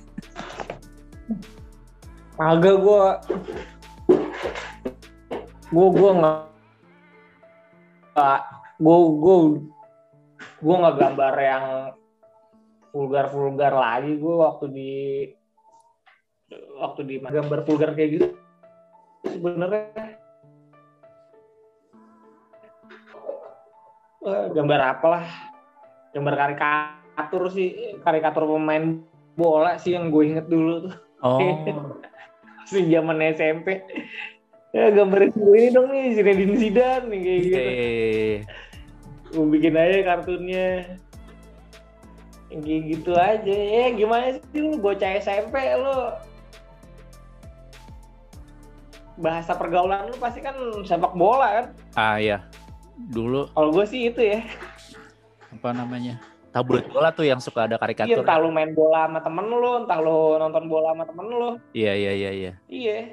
Agak gue nggak gambar yang vulgar lagi. Gue waktu di gambar vulgar kayak gitu sebenarnya gambar apalah, gambar karikatur pemain bola sih yang gue inget dulu tuh. Zaman SMP ya, gambarin gue ini dong nih Zinedine Zidane nih kayak gitu. Gue bikin aja kartunnya yang kayak gitu aja. Ya gimana sih lu bocah SMP, lu bahasa pergaulan lu pasti kan sepak bola kan? Iya dulu. Kalau gue sih itu ya, apa namanya, tabloid bola tuh yang suka ada karikatur. Iya, entah lu main bola sama temen lu, entah lu nonton bola sama temen lu. Iya. Iya.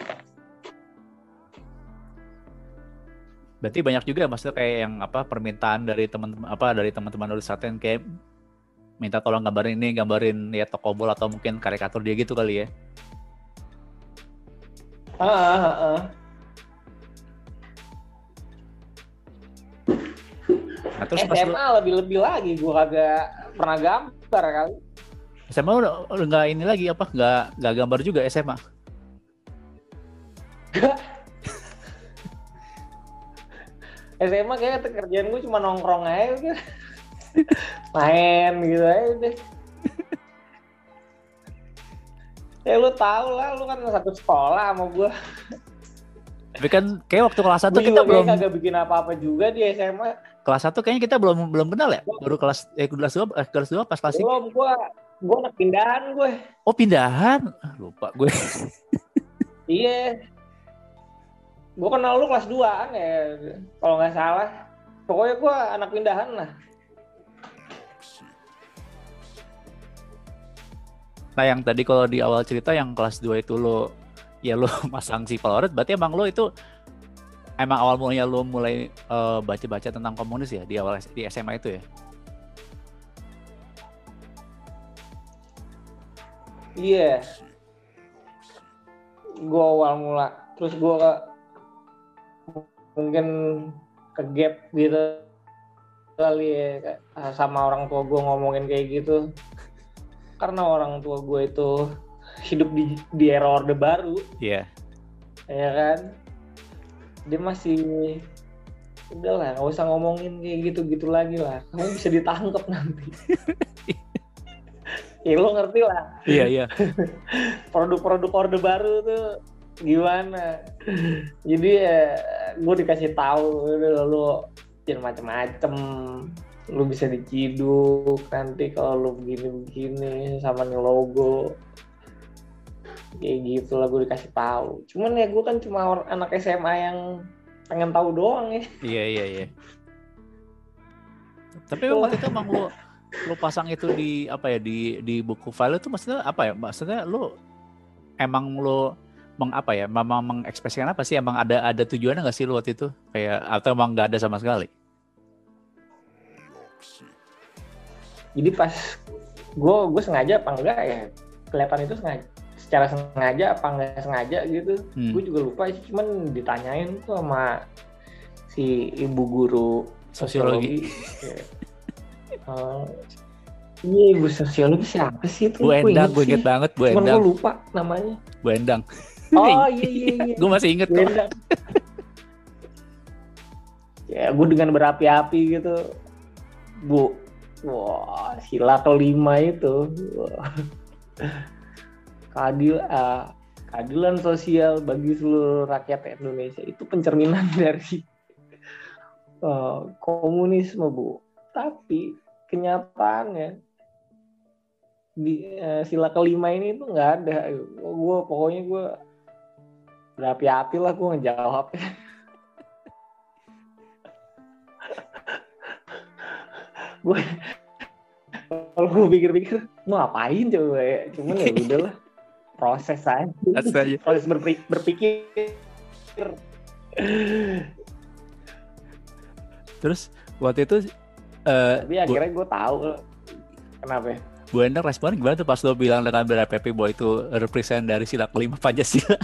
Berarti banyak juga maksudnya kayak yang permintaan dari teman-teman lu pesantren kayak minta tolong gambarin ya toko bola atau mungkin karikatur dia gitu kali ya. Nah, terus SMA lebih lagi, gue kagak pernah gambar kali. SMA udah nggak ini lagi apa? Nggak gambar juga SMA? SMA kayaknya kerjaan gue cuma nongkrong aja gitu. Main gitu aja deh. Ya lu tau lah, lu kan satu sekolah sama gue. Tapi kan kayak waktu kelas 1 kita belum kagak bikin apa-apa juga di SMA. Kelas 1 kayaknya kita belum kenal ya? Baru kelas 2 pas kelas 3. Belum, gue anak pindahan gue. Oh, pindahan? Lupa gue. Iya. Gue kenal lu kelas 2 ya, kalau nggak salah. Pokoknya gue anak pindahan lah. Nah, yang tadi kalau di awal cerita yang kelas 2 itu lo masang si Polaroid, berarti emang lo itu emang awal mulanya lo mulai baca-baca tentang komunis ya di awal di SMA itu ya? Iya. Gue awal mula, terus gue mungkin ke gap gitu kali ya, sama orang tua gue ngomongin kayak gitu. Karena orang tua gue itu hidup di era Orde Baru. Iya. Yeah. Ya kan? Dia masih udahlah, nggak usah ngomongin kayak gitu-gitu lagi lah. Kamu bisa ditangkap nanti. Ya lo ngerti lah. Iya. Produk-produk Orde Baru tuh gimana? Jadi ya gue dikasih tahu lo jangan macem-macem. Lu bisa diciduk nanti kalau lu begini-begini sama nih logo. Kayak gitu lah, gue dikasih tahu. Cuman ya gue kan cuma anak SMA yang pengen tahu doang ya. Iya. Tapi waktu itu emang lu pasang itu di apa ya, di buku file itu maksudnya apa ya? Maksudnya lu emang lu memang mengekspresikan apa sih? Emang ada tujuannya nggak sih lu waktu itu? Kayak atau emang nggak ada sama sekali? Jadi pas gue sengaja apa enggak ya, kelihatan itu secara sengaja apa enggak sengaja gitu. Gue juga lupa, cuman ditanyain tuh sama si ibu guru sosiologi. Iya, ibu sosiologi siapa sih itu? Bu Endang, gue inget banget Bu Endang. Cuman gue lupa namanya. Bu Endang. Oh iya. Gue masih inget kok. Ya, gue dengan berapi-api gitu, Bu. Wah, sila kelima itu. Keadilan sosial bagi seluruh rakyat Indonesia itu pencerminan dari komunisme, Bu. Tapi kenyataannya di sila kelima ini tuh nggak ada. Pokoknya gue berapi-api lah gue ngejawab. Gue kalau gue pikir-pikir mau ngapain coba ya, cuman ya udahlah, proses aja. Proses berpikir. Terus waktu itu tapi akhirnya gue tahu kenapa. Bu Endang respon gimana tuh pas lo bilang dengan berapi-api bahwa itu represent dari sila kelima Pancasila?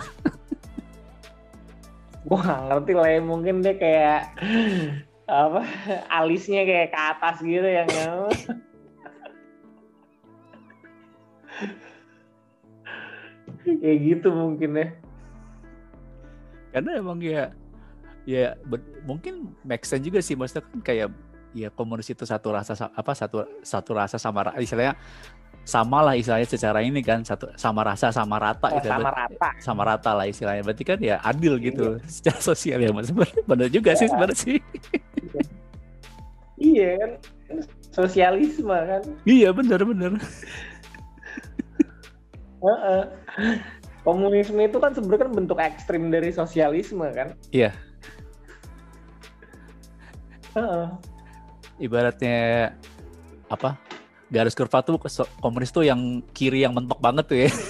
Gue nggak ngerti lah ya, mungkin dia kayak apa, alisnya kayak ke atas gitu yang kayak gitu mungkin ya. Karena emang ya mungkin make sense juga sih, maksudnya kan kayak ya komunis itu satu rasa sama istilahnya sama lah istilahnya secara ini kan, satu sama rasa sama rata gitu. Sama rata lah istilahnya, berarti kan ya adil gitu secara sosial ya, mas. Benar juga sih sebenarnya sih. Iya kan, sosialisme kan. Iya benar. Komunisme itu kan sebenarnya kan bentuk ekstrim dari sosialisme kan. Iya. Ibaratnya apa, garis kurva tuh komunis tuh yang kiri yang mentok banget tuh ya.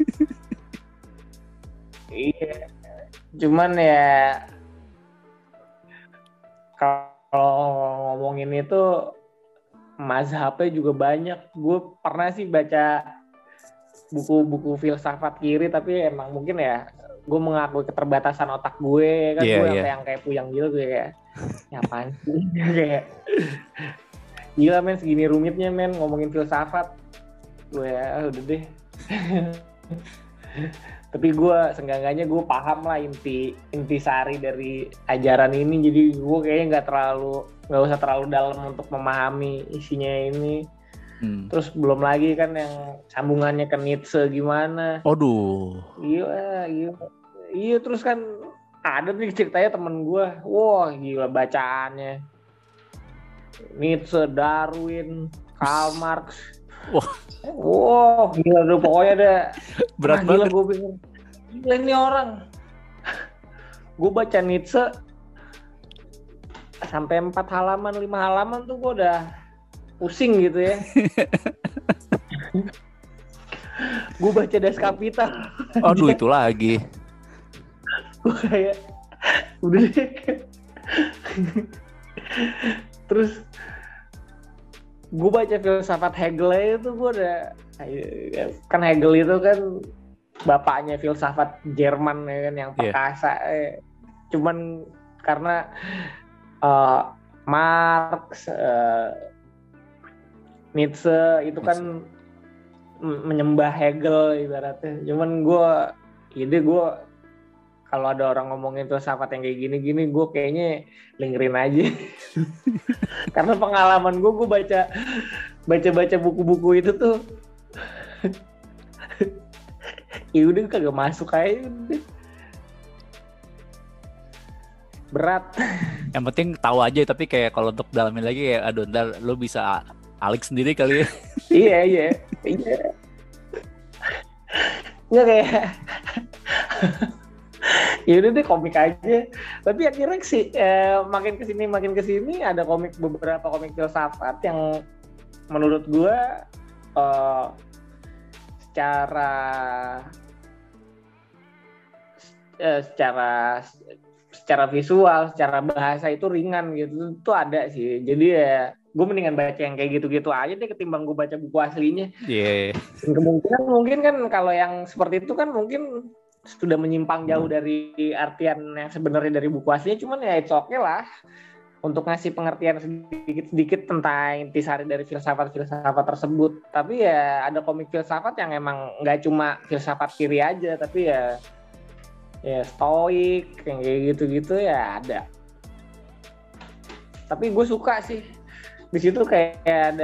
Iya. Cuman ya kalau ngomongin itu mazhabnya juga banyak. Gue pernah sih baca buku-buku filsafat kiri, tapi emang mungkin ya gue mengakui keterbatasan otak gue kan. Gue yang kayak puyang gitu, gue kayak apaan sih kayak gila men, segini rumitnya men ngomongin filsafat. Gue udah deh. Tapi gue seenggaknya gue paham lah intisari dari ajaran ini, jadi gue kayaknya nggak usah terlalu dalam untuk memahami isinya ini. Terus belum lagi kan yang sambungannya ke Nietzsche gimana. Aduh. Iya terus kan ada nih ceritanya temen gue. Wah gila bacaannya. Nietzsche, Darwin, Karl Marx. Wah gila tuh pokoknya ada. Berat banget. Gue bingung. Gila ini orang. Gue baca Nietzsche sampai 4 halaman, 5 halaman tuh gue udah pusing gitu ya. Gue baca Das Kapital. Aduh itu lagi. Gue kayak udah deh. Terus gue baca filsafat Hegel itu gue udah, kan Hegel itu kan bapaknya filsafat Jerman ya kan, yang perkasa. Cuman karena Marx, Nietzsche itu kan menyembah Hegel ibaratnya. Cuman gue kalau ada orang ngomongin filsafat yang kayak gini-gini, gue kayaknya dengerin aja. Karena pengalaman gue baca buku-buku itu tuh, ya udah kagak masuk aja udah. Berat. Yang penting tahu aja, tapi kayak kalau untuk dalamin lagi kayak aduh ntar lo bisa alik sendiri kali ya. Iya. Nggak kayak ya udah deh komik aja. Tapi akhirnya sih makin kesini ada beberapa komik filsafat yang menurut gue secara visual, secara bahasa itu ringan gitu, itu ada sih. Jadi ya gue mendingan baca yang kayak gitu-gitu aja deh ketimbang gue baca buku aslinya. Iya. Dan kemungkinan mungkin kan kalau yang seperti itu kan mungkin sudah menyimpang jauh dari artian yang sebenarnya dari buku aslinya. Cuman ya it's okay lah untuk ngasih pengertian sedikit-sedikit tentang intisari dari filsafat-filsafat tersebut. Tapi ya ada komik filsafat yang emang nggak cuma filsafat kiri aja, tapi ya stoik yang kayak gitu-gitu ya ada. Tapi gue suka sih di situ kayak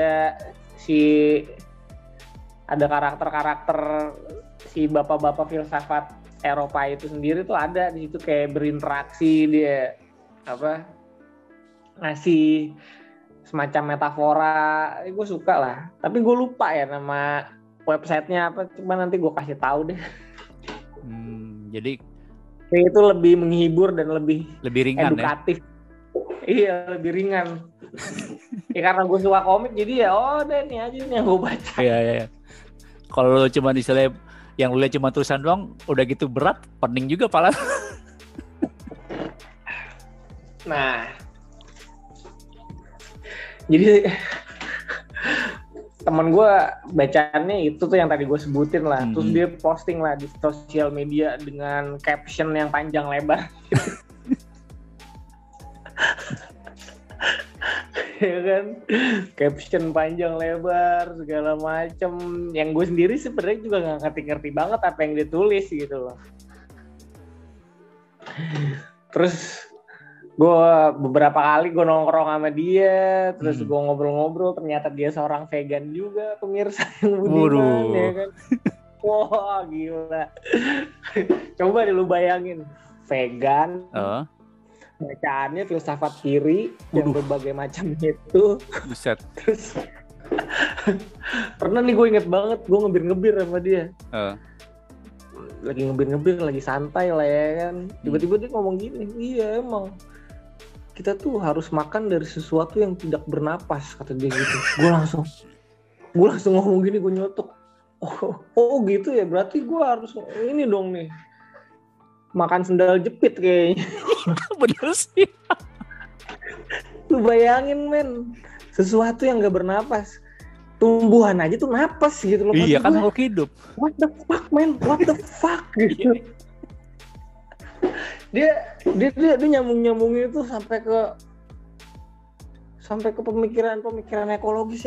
ada karakter-karakter si bapak-bapak filsafat Eropa itu sendiri tuh ada di situ, kayak berinteraksi, dia ngasih semacam metafora. Gue suka lah, tapi gue lupa ya nama websitenya apa, coba nanti gue kasih tahu deh. Jadi itu lebih menghibur dan lebih ringan edukatif ya? Iya lebih ringan. Ya karena gue suka komik jadi ya ini aja nih yang gue baca. Iya. Kalau cuma istilahnya yang lu lihat cuma tulisan doang, udah gitu berat, pening juga pala. Nah, jadi teman gue bacaannya itu tuh yang tadi gue sebutin lah. Terus dia posting lah di sosial media dengan caption yang panjang lebar. Ya kan, caption panjang lebar segala macem, yang gue sendiri sebenarnya juga nggak ngerti banget apa yang dia tulis gitu loh. Terus gue beberapa kali gue nongkrong sama dia, terus gue ngobrol-ngobrol, ternyata dia seorang vegan juga, pemirsa yang budiman ya kan. Wah gila. Coba deh lu bayangin, vegan, bacaannya filsafat kiri dan berbagai macam itu. Buset. Terus pernah nih gue inget banget, gue ngebir sama dia. Lagi ngebir, lagi santai lah ya kan. Tiba-tiba dia ngomong gini, iya emang kita tuh harus makan dari sesuatu yang tidak bernapas, kata dia gitu. Gue langsung ngomong gini, gue nyotok. Oh gitu ya, berarti gue harus ini dong nih, makan sendal jepit kayaknya. Bener sih. Lu bayangin men, sesuatu yang nggak bernapas. Tumbuhan aja tuh napas gitu loh. Iya kan makhluk hidup. What the fuck man? What the fuck gitu. dia nyambungin itu sampai ke pemikiran ekologis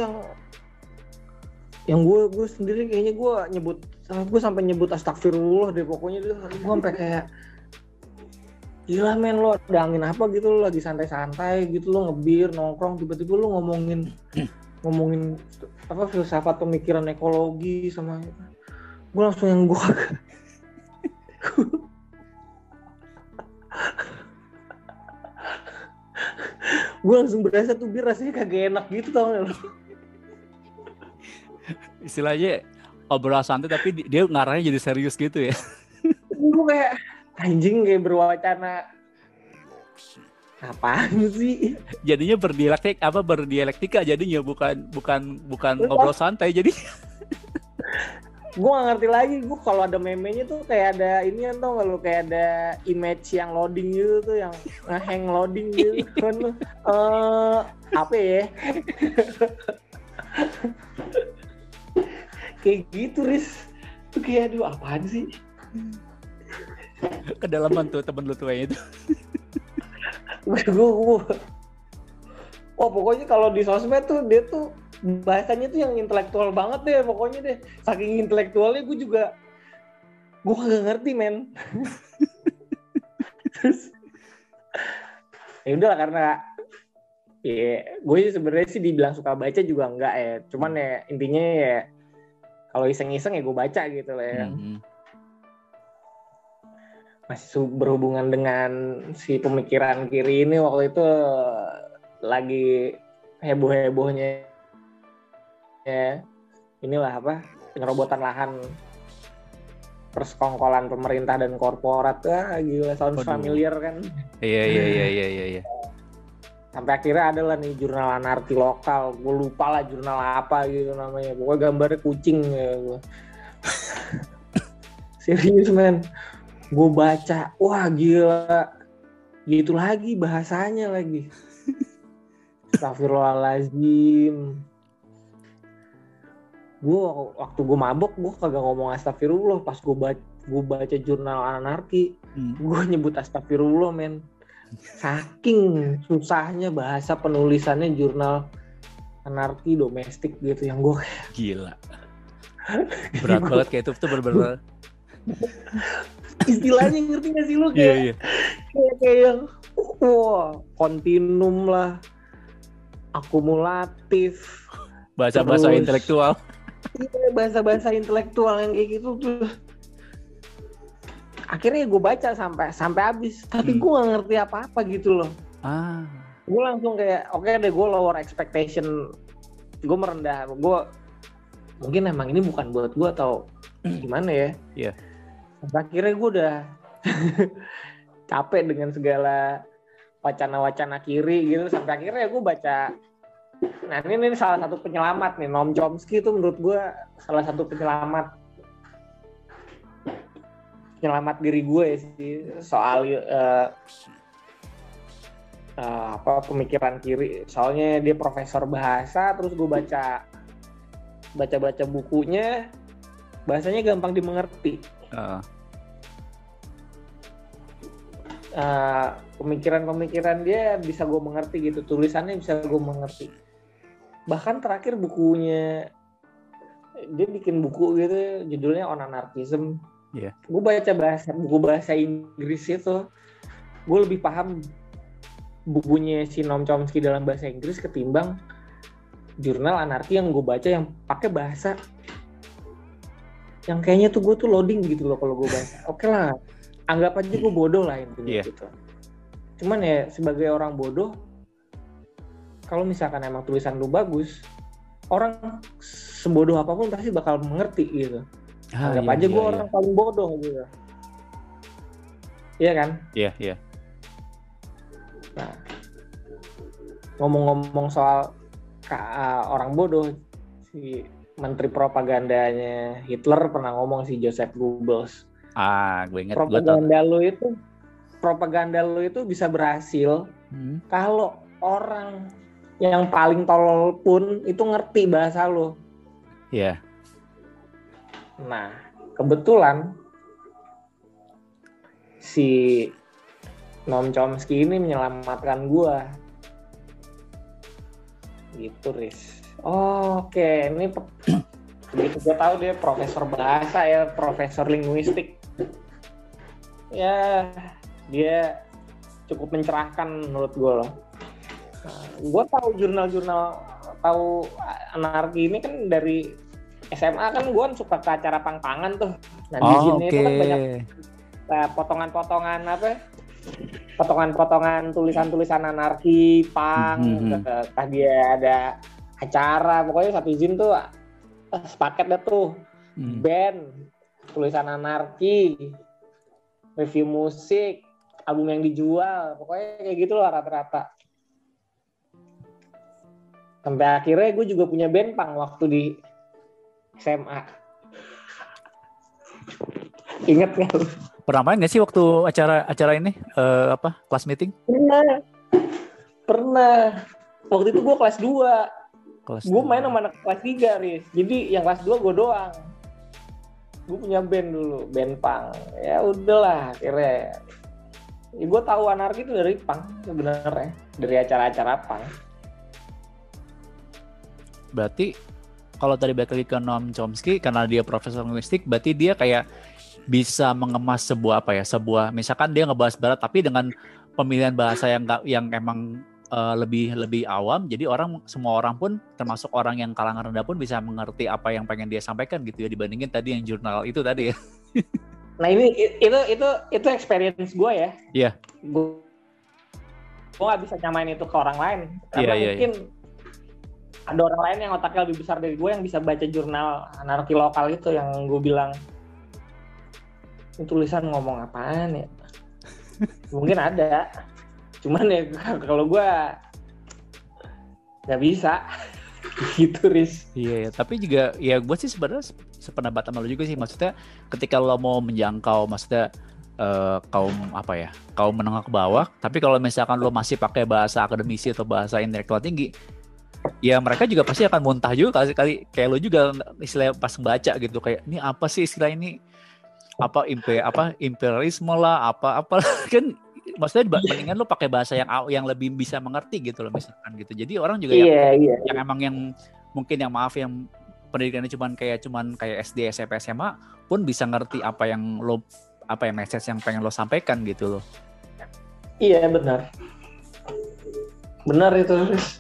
yang gue sendiri kayaknya gue sampai nyebut astagfirullah deh pokoknya. Gue sampai kayak gila men, lo ada angin apa gitu, lo lagi santai-santai gitu, lo ngebir nongkrong tiba-tiba lo ngomongin apa filsafat pemikiran ekologi sama gue langsung yang gue langsung berasa tuh bir rasanya kagak enak gitu tau gak lo. Istilahnya obrolan santai tapi dia ngarahnya jadi serius gitu ya. Gue kayak anjing kayak berwacana apaan sih? Jadinya berdialektika jadinya bukan ngobrol santai jadi. Gue gak ngerti lagi, gue kalau ada meme-nya tuh kayak ada ini kan tau gak lo, kayak ada image yang loading gitu tuh, yang nge-hang loading gitu kan lo. Apa ya? Kayak gitu Riz. Tuh kayak aduh apaan sih? Kedalaman tuh temen lu tuanya itu. Gue pokoknya kalau di sosmed tuh dia tuh bahasanya tuh yang intelektual banget deh pokoknya deh. Saking intelektualnya gue kagak ngerti men. Terus ya udah karena gue sebenarnya sih dibilang suka baca juga enggak ya. Cuman ya intinya ya kalau iseng-iseng ya gue baca gitu lah ya. Masih berhubungan dengan si pemikiran kiri ini waktu itu lagi heboh-hebohnya ya inilah apa penyerobotan lahan persekongkolan pemerintah dan korporat. Gila sounds familiar kan. Iya. Sampai akhirnya ada lah nih jurnal anarki lokal, gue lupa lah jurnal apa gitu namanya, pokoknya gambarnya kucing ya gue. Serius men, gue baca, wah gila, gitu lagi bahasanya lagi. Astagfirullahaladzim. Waktu gue mabok, gue kagak ngomong astagfirullah. Pas gue baca jurnal anarki, gue nyebut astagfirullah men. Saking susahnya bahasa penulisannya jurnal anarki domestik gitu yang gue gila. Berat banget kayak itu tuh bener-bener. Istilahnya ngerti gak sih lu kayak kayak yang kontinum lah, akumulatif, bahasa-bahasa intelektual. Iya, bahasa-bahasa intelektual yang kayak gitu tuh. Akhirnya gue baca sampai habis, tapi gue gak ngerti apa-apa gitu loh. Gue langsung kayak oke deh, gue lower expectation, gue merendah, gue mungkin emang ini bukan buat gue atau gimana ya. Iya. Akhirnya gue udah capek dengan segala wacana-wacana kiri gitu, sampai akhirnya gue baca. Nah ini salah satu penyelamat nih, Noam Chomsky itu menurut gue salah satu penyelamat diri gue sih soal pemikiran kiri. Soalnya dia profesor bahasa, terus gue baca bukunya, bahasanya gampang dimengerti. Pemikiran dia bisa gue mengerti gitu, tulisannya bisa gue mengerti. Bahkan terakhir bukunya, dia bikin buku gitu judulnya On Anarchism. Yeah. Gue baca buku bahasa Inggris itu, gue lebih paham bukunya si Noam Chomsky dalam bahasa Inggris ketimbang jurnal anarki yang gue baca yang pakai bahasa yang kayaknya tuh gue tuh loading gitu loh kalau gue baca. Oke lah, anggap aja gue bodoh lah intinya gitu. Cuman ya sebagai orang bodoh, kalau misalkan emang tulisan lu bagus, orang sebodoh apapun pasti bakal mengerti gitu. Anggap aja gue orang paling bodoh gitu. Iya kan? Iya. Nah, ngomong-ngomong soal orang bodoh, si menteri propagandanya Hitler pernah ngomong, si Joseph Goebbels. Gue ingat. Propaganda lo itu bisa berhasil kalau orang yang paling tolol pun itu ngerti bahasa lo. Iya. Nah, kebetulan si Noam Chomsky ini menyelamatkan gua. Gitu, Riz. Oke, ini begitu gue tahu dia profesor bahasa ya, profesor linguistik. Ya, dia cukup mencerahkan menurut gue loh. Gue tahu jurnal-jurnal, tahu anarki ini kan dari SMA kan gue suka ke acara pang-pangan tuh. Nah di sini itu kan banyak potongan-potongan potongan-potongan tulisan-tulisan anarki, pang, entah dia ada acara, pokoknya satu izin tuh sepaket deh tuh, band, tulisan anarki, review musik, album yang dijual, pokoknya kayak gitu loh rata-rata. Sampai akhirnya gue juga punya band pang waktu di SMA. Ingat nggak? Pernah main nggak sih waktu acara ini kelas meeting? Pernah. Waktu itu gue kelas 2. Gue main sama anak kelas 3, Riz. Jadi yang kelas 2 gue doang. Gue punya band dulu, band punk. Ya udahlah akhirnya. Ya, gue tahu anarki itu dari punk sebenarnya, dari acara-acara punk. Berarti kalau tadi balik lagi ke Noam Chomsky, karena dia profesor linguistik, berarti dia kayak bisa mengemas sebuah misalkan dia ngebahas barat tapi dengan pemilihan bahasa yang emang lebih awam, jadi semua orang pun termasuk orang yang kalangan rendah pun bisa mengerti apa yang pengen dia sampaikan gitu ya, dibandingin tadi yang jurnal itu tadi ya. Nah ini itu experience gue ya. Iya. Gue nggak bisa nyamain itu ke orang lain karena mungkin ada orang lain yang otaknya lebih besar dari gue yang bisa baca jurnal anarki lokal itu yang gue bilang ini tulisan ngomong apaan ya. Mungkin ada, cuman ya kalau gue nggak bisa gitu, Riz. Iya, tapi juga ya gue sih sebenarnya sependapat sama lo juga sih, maksudnya ketika lo mau menjangkau maksudnya kaum menengah ke bawah, tapi kalau misalkan lo masih pakai bahasa akademisi atau bahasa intelektual tinggi, ya mereka juga pasti akan muntah juga kali kayak lo juga istilah pas baca gitu, kayak ini apa sih istilah ini, imperialisme lah, apa kan, maksudnya mendingan lo pakai bahasa yang lebih bisa mengerti gitu lo misalkan gitu. Jadi orang juga yang emang yang mungkin yang pendidikannya cuman kayak SD, SMP, SMA pun bisa ngerti apa yang message yang pengen lo sampaikan gitu lo. Iya benar itu.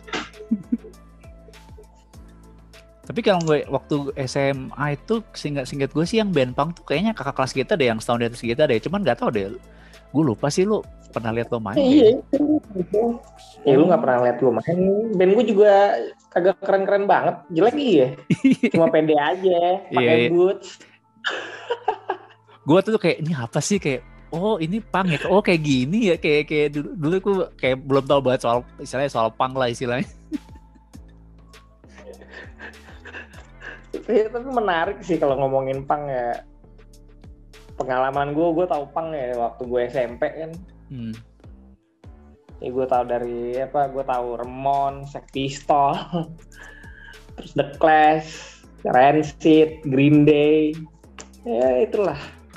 Tapi kalau gue waktu SMA itu singkat gue sih yang band punk tuh kayaknya kakak kelas kita deh, yang setahun di atas kita deh. Cuman nggak tahu deh, gue lupa sih lo pernah lihat lo main. Iya. Ya lu nggak pernah lihat gue main. Band gue juga kagak keren-keren banget, jelek iya. Cuma pede aja, pakai boots. Gue tuh kayak ini apa sih, kayak oh ini punk ya, oh kayak gini ya, kayak dulu gue kayak belum tahu banget soal punk lah istilahnya. Tapi menarik sih kalau ngomongin punk ya. Pengalaman gue tahu punk ya waktu gue SMP kan. Ya gue tahu gue tahu Ramones, Sex Pistols, terus The Clash, Rancid, Green Day. Ya itulah.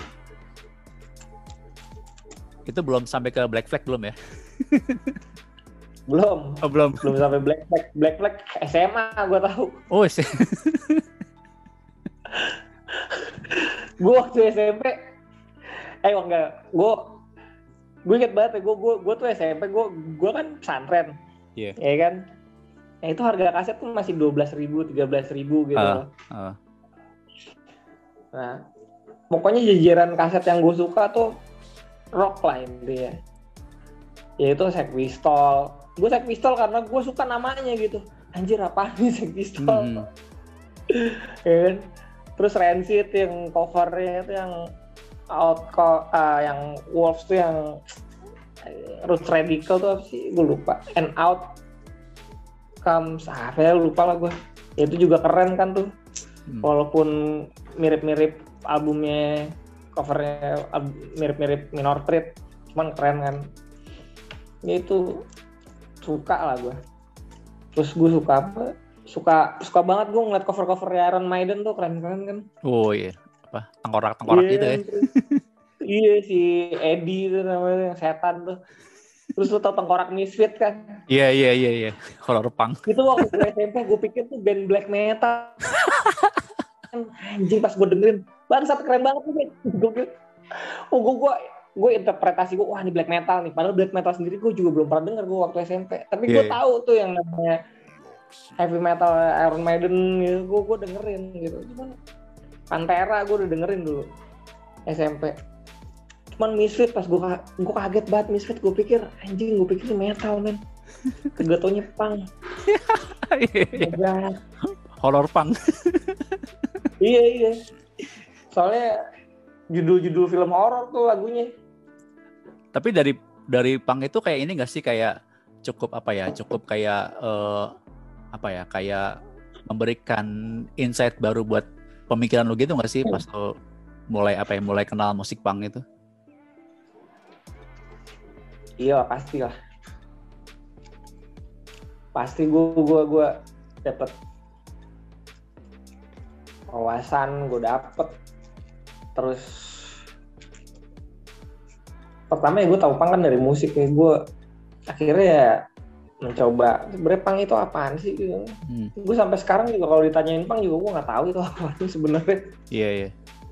Itu belum sampai ke Black Flag belum ya? Belum. Oh, belum sampai Black Flag. Black Flag SMA gue tahu. Oh, gue waktu SMP gue inget banget ya, gue tuh SMP gue kan pesantren, ya kan. Nah itu harga kaset tuh masih 12.000, 13.000 gitu loh. Nah pokoknya jajaran kaset yang gue suka tuh rock lah intinya, yaitu Sex Pistols. Gue Sex Pistols karena gue suka namanya gitu, anjir apaan nih Sex Pistols. Ya kan. Terus Rancid yang covernya itu yang yang Wolves tuh yang Roots Radical tuh apa sih? Gue lupa. And Out Comes lupa lah gue. Ya, itu juga keren kan tuh. Walaupun mirip-mirip albumnya, covernya mirip-mirip Minor Threat, cuman keren kan. Ya itu suka lah gue. Terus gue suka apa? Suka banget gue ngeliat cover-cover Iron Maiden tuh keren-keren kan. Oh iya, apa tengkorak gitu ya. Iya si Eddie itu namanya yang setan tuh. Terus lu tau Tengkorak Misfit kan? Iya. Horror punk. Itu waktu gue SMP gue pikir tuh band black metal. Anjing pas gue dengerin, bangsat keren banget nih. Gue interpretasi gue, wah ini black metal nih. Padahal black metal sendiri gue juga belum pernah denger gue waktu SMP. Tapi gue tahu tuh yang namanya heavy metal Iron Maiden gitu, gue dengerin gitu. Cuman Pantera gue udah dengerin dulu SMP. Cuman Misfit pas gue kaget banget Misfit, gue pikir metal men. Kegatonya punk. Horror punk. Iya. Soalnya judul-judul film horor tuh lagunya. Tapi dari punk itu kayak ini nggak sih, kayak cukup kayak kayak memberikan insight baru buat pemikiran lu gitu nggak sih pas lu mulai kenal musik punk itu? Iya pastilah. Pasti gue dapet wawasan, gue dapet. Terus pertama ya gue tahu punk kan dari musik ya. Gue akhirnya ya mencoba sebenarnya punk itu apaan sih gitu. Gue sampai sekarang juga kalau ditanyain punk juga gue nggak tahu itu apaan sebenarnya. Iya.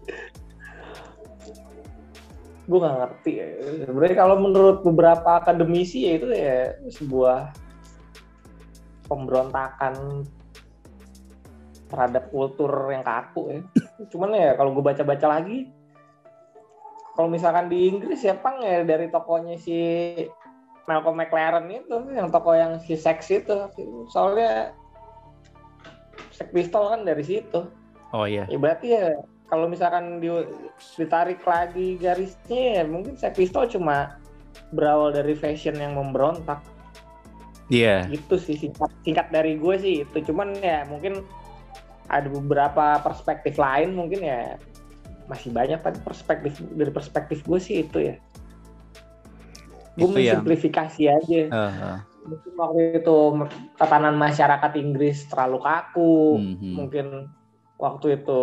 Gue nggak ngerti ya. Sebenarnya kalau menurut beberapa akademisi ya itu ya sebuah pemberontakan terhadap kultur yang kaku ya. Cuman ya kalau gue baca-baca lagi, kalau misalkan di Inggris ya punk ya dari tokonya si Malcolm McLaren itu, yang toko yang si Sex itu. Soalnya Sex Pistols kan dari situ. Oh iya. Ya berarti ya kalau misalkan ditarik lagi garisnya ya mungkin Sex Pistols cuma berawal dari fashion yang memberontak. Iya. Gitu sih singkat dari gue sih itu. Cuman ya mungkin ada beberapa perspektif lain mungkin ya masih banyak, tapi dari perspektif gue sih itu ya. Gue mensimplifikasi aja. Mungkin waktu itu tatanan masyarakat Inggris terlalu kaku. Mungkin waktu itu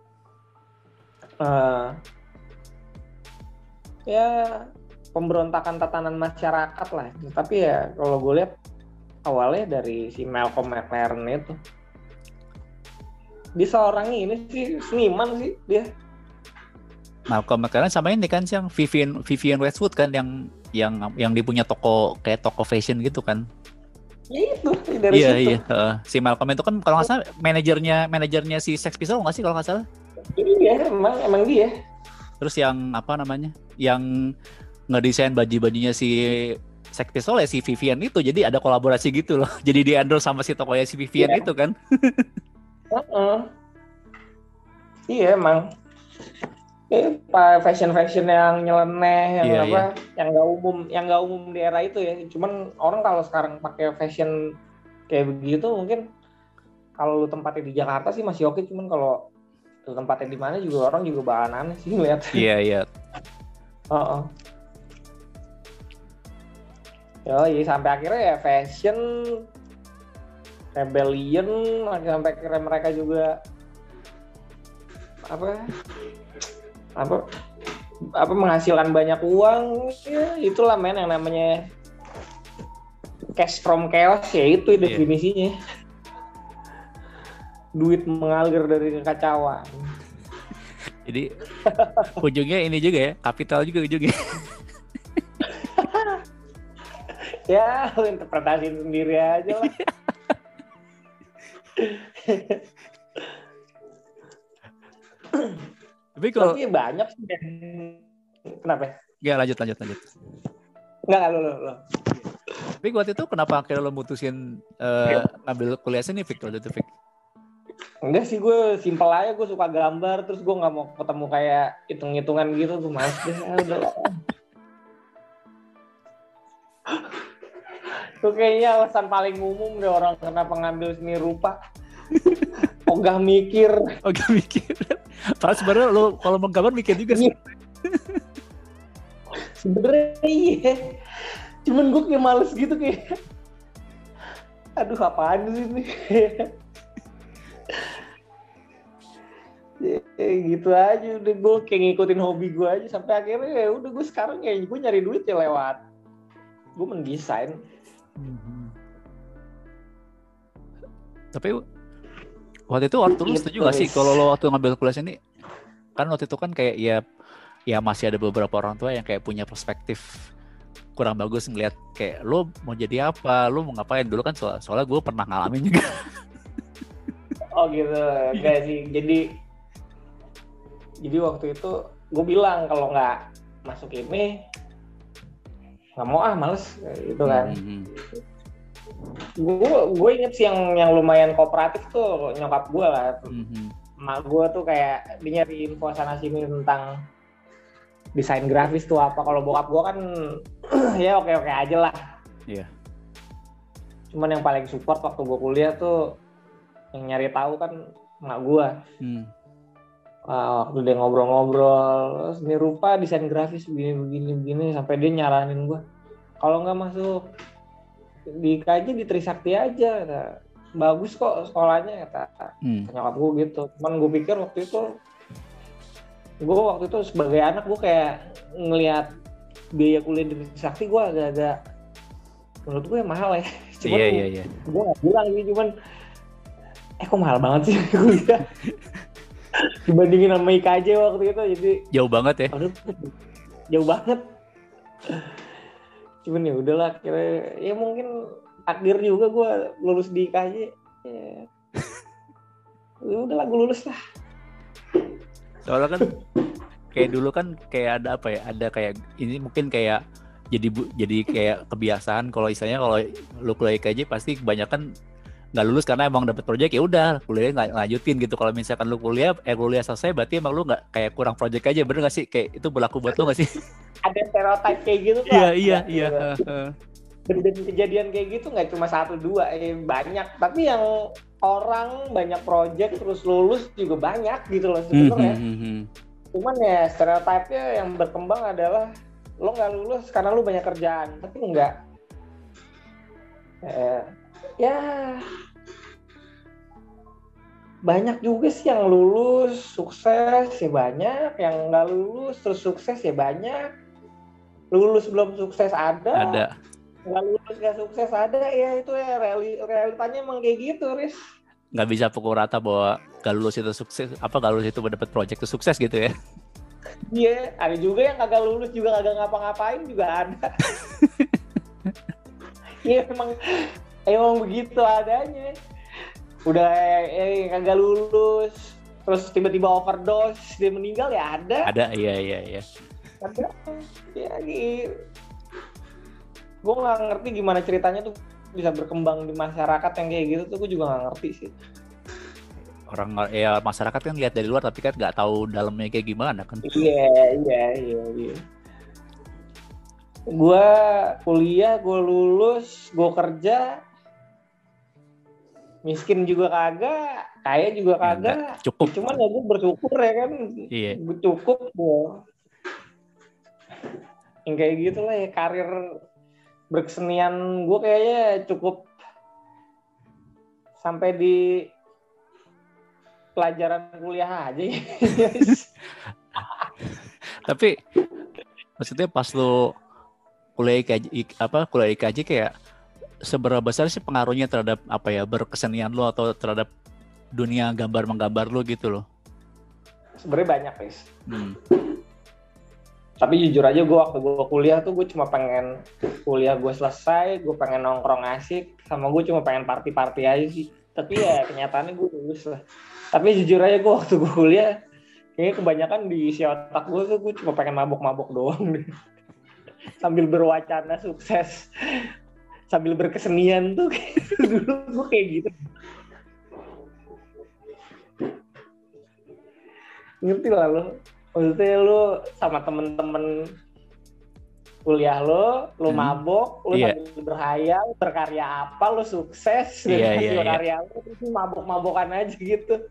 ya pemberontakan tatanan masyarakat lah. Tapi ya kalau gue lihat awalnya dari si Malcolm McLaren itu. Dia seorang ini sih seniman sih dia. Malcolm McLaren sama ini kan yang Vivian Westwood kan yang dia punya toko fashion gitu kan. Ya itu dari situ. Iya. Si Malcolm itu kan kalau nggak salah manajernya si Sex Pistols nggak sih kalau nggak salah? Iya emang dia. Terus yang apa namanya? Yang ngedesain baju-bajunya si Sex Pistols ya si Vivian itu, jadi ada kolaborasi gitu loh. Jadi di endorse sama si tokonya si Vivian itu kan. Iya emang. Fashion yang nyeleneh, yang nggak umum di era itu ya. Cuman orang kalau sekarang pakai fashion kayak begitu mungkin kalau lu tempatnya di Jakarta sih masih oke, cuman kalau lu tempatnya di mana juga orang juga bakalan aneh sih ngeliat. Iya. Ya sampai akhirnya ya fashion rebellion sampai akhirnya mereka juga apa menghasilkan banyak uang ya, itulah men yang namanya cash from chaos ya, itu definisinya. Duit mengalir dari kekacauan. Jadi ujungnya ini juga ya, kapital juga ujungnya. Ya lu interpretasiin sendiri aja lah. Tapi banyak sih. Kenapa? Ya lanjut. Enggak lo. Tapi waktu itu kenapa akhirnya lo mutusin ngambil kuliah seni, Vic? Enggak sih, gue simpel aja, gue suka gambar, terus gue nggak mau ketemu kayak hitung-hitungan gitu, gue males deh. Udah. Itu kayaknya alasan paling umum deh orang kenapa ngambil seni rupa. Ogah mikir. Padahal sebenarnya lo kalau menggambar mikir juga sih. Sebenarnya iya. Cuman gue kayak males gitu kayak. aduh apaan sih ini. Ya, gitu aja udah, gue kayak ngikutin hobi gue aja sampai akhirnya ya udah gue sekarang ya gue nyari duit ya lewat gue mendesain. Tapi waktu itu lu setuju gak sih kalau lo waktu ngambil kuliah ini, kan waktu itu kan kayak ya masih ada beberapa orang tua yang kayak punya perspektif kurang bagus ngelihat kayak lo mau jadi apa, lo mau ngapain dulu kan, soalnya gue pernah ngalamin juga. Oh gitu, enggak sih. Jadi waktu itu gue bilang kalau nggak masuk ini nggak mau males gitu kan. Gue inget sih yang lumayan kooperatif tuh nyokap gue lah. Mak gue tuh kayak dia nyari info sana sini tentang desain grafis tuh apa. Kalau bokap gue kan ya oke aja lah. Iya. Cuman yang paling support waktu gue kuliah tuh yang nyari tahu kan mak gue. Waktu dia ngobrol-ngobrol, seni rupa, desain grafis begini sampai dia nyaranin gue kalau nggak masuk di KJ di Trisakti aja, kata. Bagus kok sekolahnya, kata nyokap gue gitu. Cuman gue pikir waktu itu sebagai anak gue kayak ngelihat biaya kuliah di Trisakti gue agak menurut gue mahal ya. Cuman iya. Gue nggak bilang gitu, cuman kok mahal banget sih kuliah dibandingin sama IKJ waktu itu, jadi jauh banget ya. Aduh, jauh banget. Cuman ya udahlah, kira ya mungkin takdir juga gue lulus di IKJ. Ya udahlah, gue lulus lah. Soalnya kan kayak dulu kan kayak ada apa ya, ada kayak ini mungkin kayak jadi kayak kebiasaan kalau istilahnya kalau lu kuliah IKJ pasti kebanyakan nggak lulus karena emang dapat proyek, ya udah kuliahnya nggak lanjutin gitu. Kalau misalkan lu kuliah selesai berarti emang lu nggak kayak kurang proyek aja, bener nggak sih? Kayak itu berlaku buat lu nggak sih? Ada stereotip kayak gitu kan? Iya. Dan kejadian kayak gitu nggak cuma 1-2, banyak. Tapi yang orang banyak proyek terus lulus juga banyak gitu loh sebenarnya. Cuman ya stereotipnya yang berkembang adalah lo nggak lulus karena lo banyak kerjaan, tapi enggak. Ya banyak juga sih yang lulus sukses ya banyak, yang nggak lulus terus sukses ya banyak. Lulus belum sukses ada. Nggak lulus nggak sukses ada, ya itu ya realitanya emang kayak gitu, Riz. Nggak bisa pukul rata bahwa nggak lulus itu sukses, nggak lulus itu mendapat proyek itu sukses gitu ya. Iya, ada juga yang kagak lulus juga kagak ngapa-ngapain juga ada. Iya emang begitu adanya. Udah kagak lulus terus tiba-tiba overdose dia meninggal ya ada. Iya. Ada ya gitu. Gue nggak ngerti gimana ceritanya tuh bisa berkembang di masyarakat yang kayak gitu tuh, gue juga nggak ngerti sih. Orang ya masyarakat kan lihat dari luar tapi kan nggak tahu dalamnya kayak gimana kan. Iya. Gue kuliah, gue lulus, gue kerja, miskin juga kagak, kaya juga kagak. Cukup. Cuman ya gue bersyukur ya kan. Iya. Cukup gue. Yang kayak gitu lah ya, karir berkesenian gue kayaknya cukup sampai di pelajaran kuliah aja. Tapi maksudnya pas lo kuliah IKJ kayak seberapa besar sih pengaruhnya terhadap berkesenian lo atau terhadap dunia menggambar lo gitu lo? Sebenarnya banyak, guys. Tapi jujur aja gue waktu gue kuliah tuh gue cuma pengen kuliah gue selesai, gue pengen nongkrong asik, sama gue cuma pengen party aja sih. Tapi ya kenyataannya gue lulus lah. Tapi jujur aja gue waktu gue kuliah kayaknya kebanyakan di isi otak gue cuma pengen mabok-mabok doang deh. Sambil berwacana sukses, sambil berkesenian tuh dulu gue kayak gitu. Ngerti lah lo? Maksudnya lo sama temen-temen kuliah lo mabok, lo sambil berhayal, berkarya apa, lo sukses, karya lo, terus mabok-mabokan aja gitu.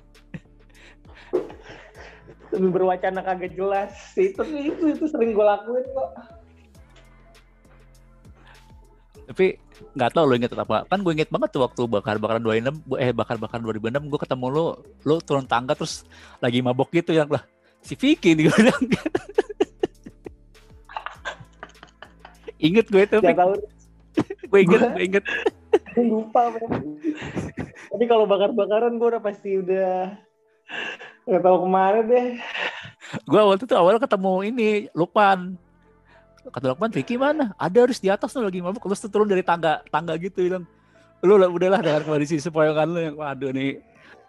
Sambil berwacana kagak jelas. Itu sering gue lakuin kok. Tapi nggak tahu lo inget apa? Kan gue inget banget tuh waktu bakar-bakaran 26, bakar-bakar 2006 gue ketemu lo turun tangga terus lagi mabok gitu yang lah si Vicky nih gue bilang. Inget gue itu, Gak tahu. gue inget. Lupa, man. Tapi kalau bakar-bakaran gue udah pasti udah nggak tahu kemana deh. Gue waktu itu awal ketemu ini Lukman. Kata Lukman, Vicky mana? Ada harus di atas tuh lagi mabuk. Terus turun dari tangga gitu bilang, lu udahlah dengan kondisi sepoyongan lu yang waduh nih,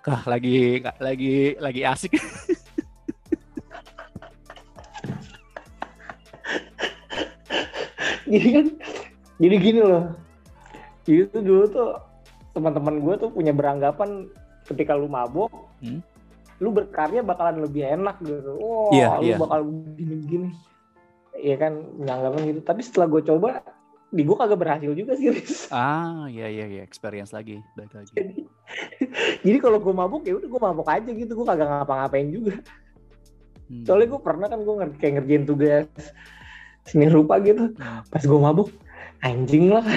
lagi asik. Jadi gini loh. Itu dulu tuh teman-teman gue tuh punya beranggapan ketika lu mabok, lu berkarya bakalan lebih enak gitu. Lu bakal gini-gini. Iya kan, menganggapnya gitu. Tapi setelah gue coba, di gue kagak berhasil juga sih, Riz. Iya, experience lagi, balik lagi. Jadi kalau gue mabuk ya udah gue mabuk aja gitu, gue kagak ngapa-ngapain juga. Soalnya gue pernah kan gue kayak ngerjain tugas seni rupa gitu. Pas gue mabuk, anjing lah.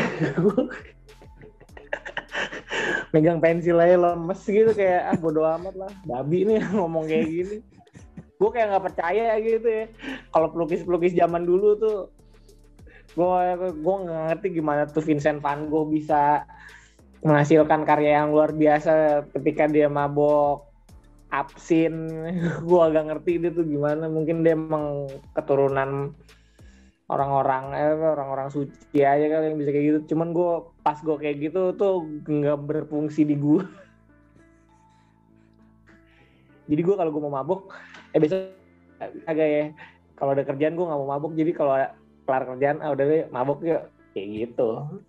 Megang pensil aja lemes gitu, kayak bodo amat lah, babi nih ngomong kayak gini. Gue kayak nggak percaya gitu ya. Kalau pelukis zaman dulu tuh, gue nggak ngerti gimana tuh Vincent van Gogh bisa menghasilkan karya yang luar biasa ketika dia mabok absin. Gue agak ngerti dia tuh gimana. Mungkin dia emang keturunan orang-orang suci aja kali yang bisa kayak gitu. Cuman pas gue kayak gitu tuh nggak berfungsi di gue. Jadi gue kalau gue mau mabok, besok agak ya. Kalau ada kerjaan gue nggak mau mabok. Jadi kalau kelar kerjaan, udah deh mabok yuk, kayak gitu.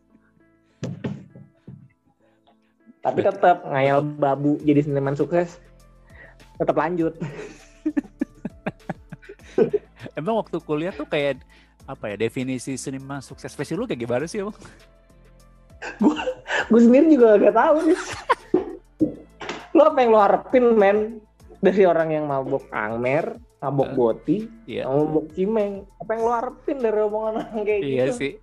Tapi tetap ngayal babu jadi seniman sukses, tetap lanjut. Emang waktu kuliah tuh kayak apa ya, definisi seniman sukses versi lu kayak gimana sih emang? Gue sendiri juga gak tahu nih. Lo apa yang lo harapin, men? Dari orang yang mabok angmer, mabok boti, mabok cimeng. Apa yang lo harapin dari omongan orang kayak gitu? Iya sih.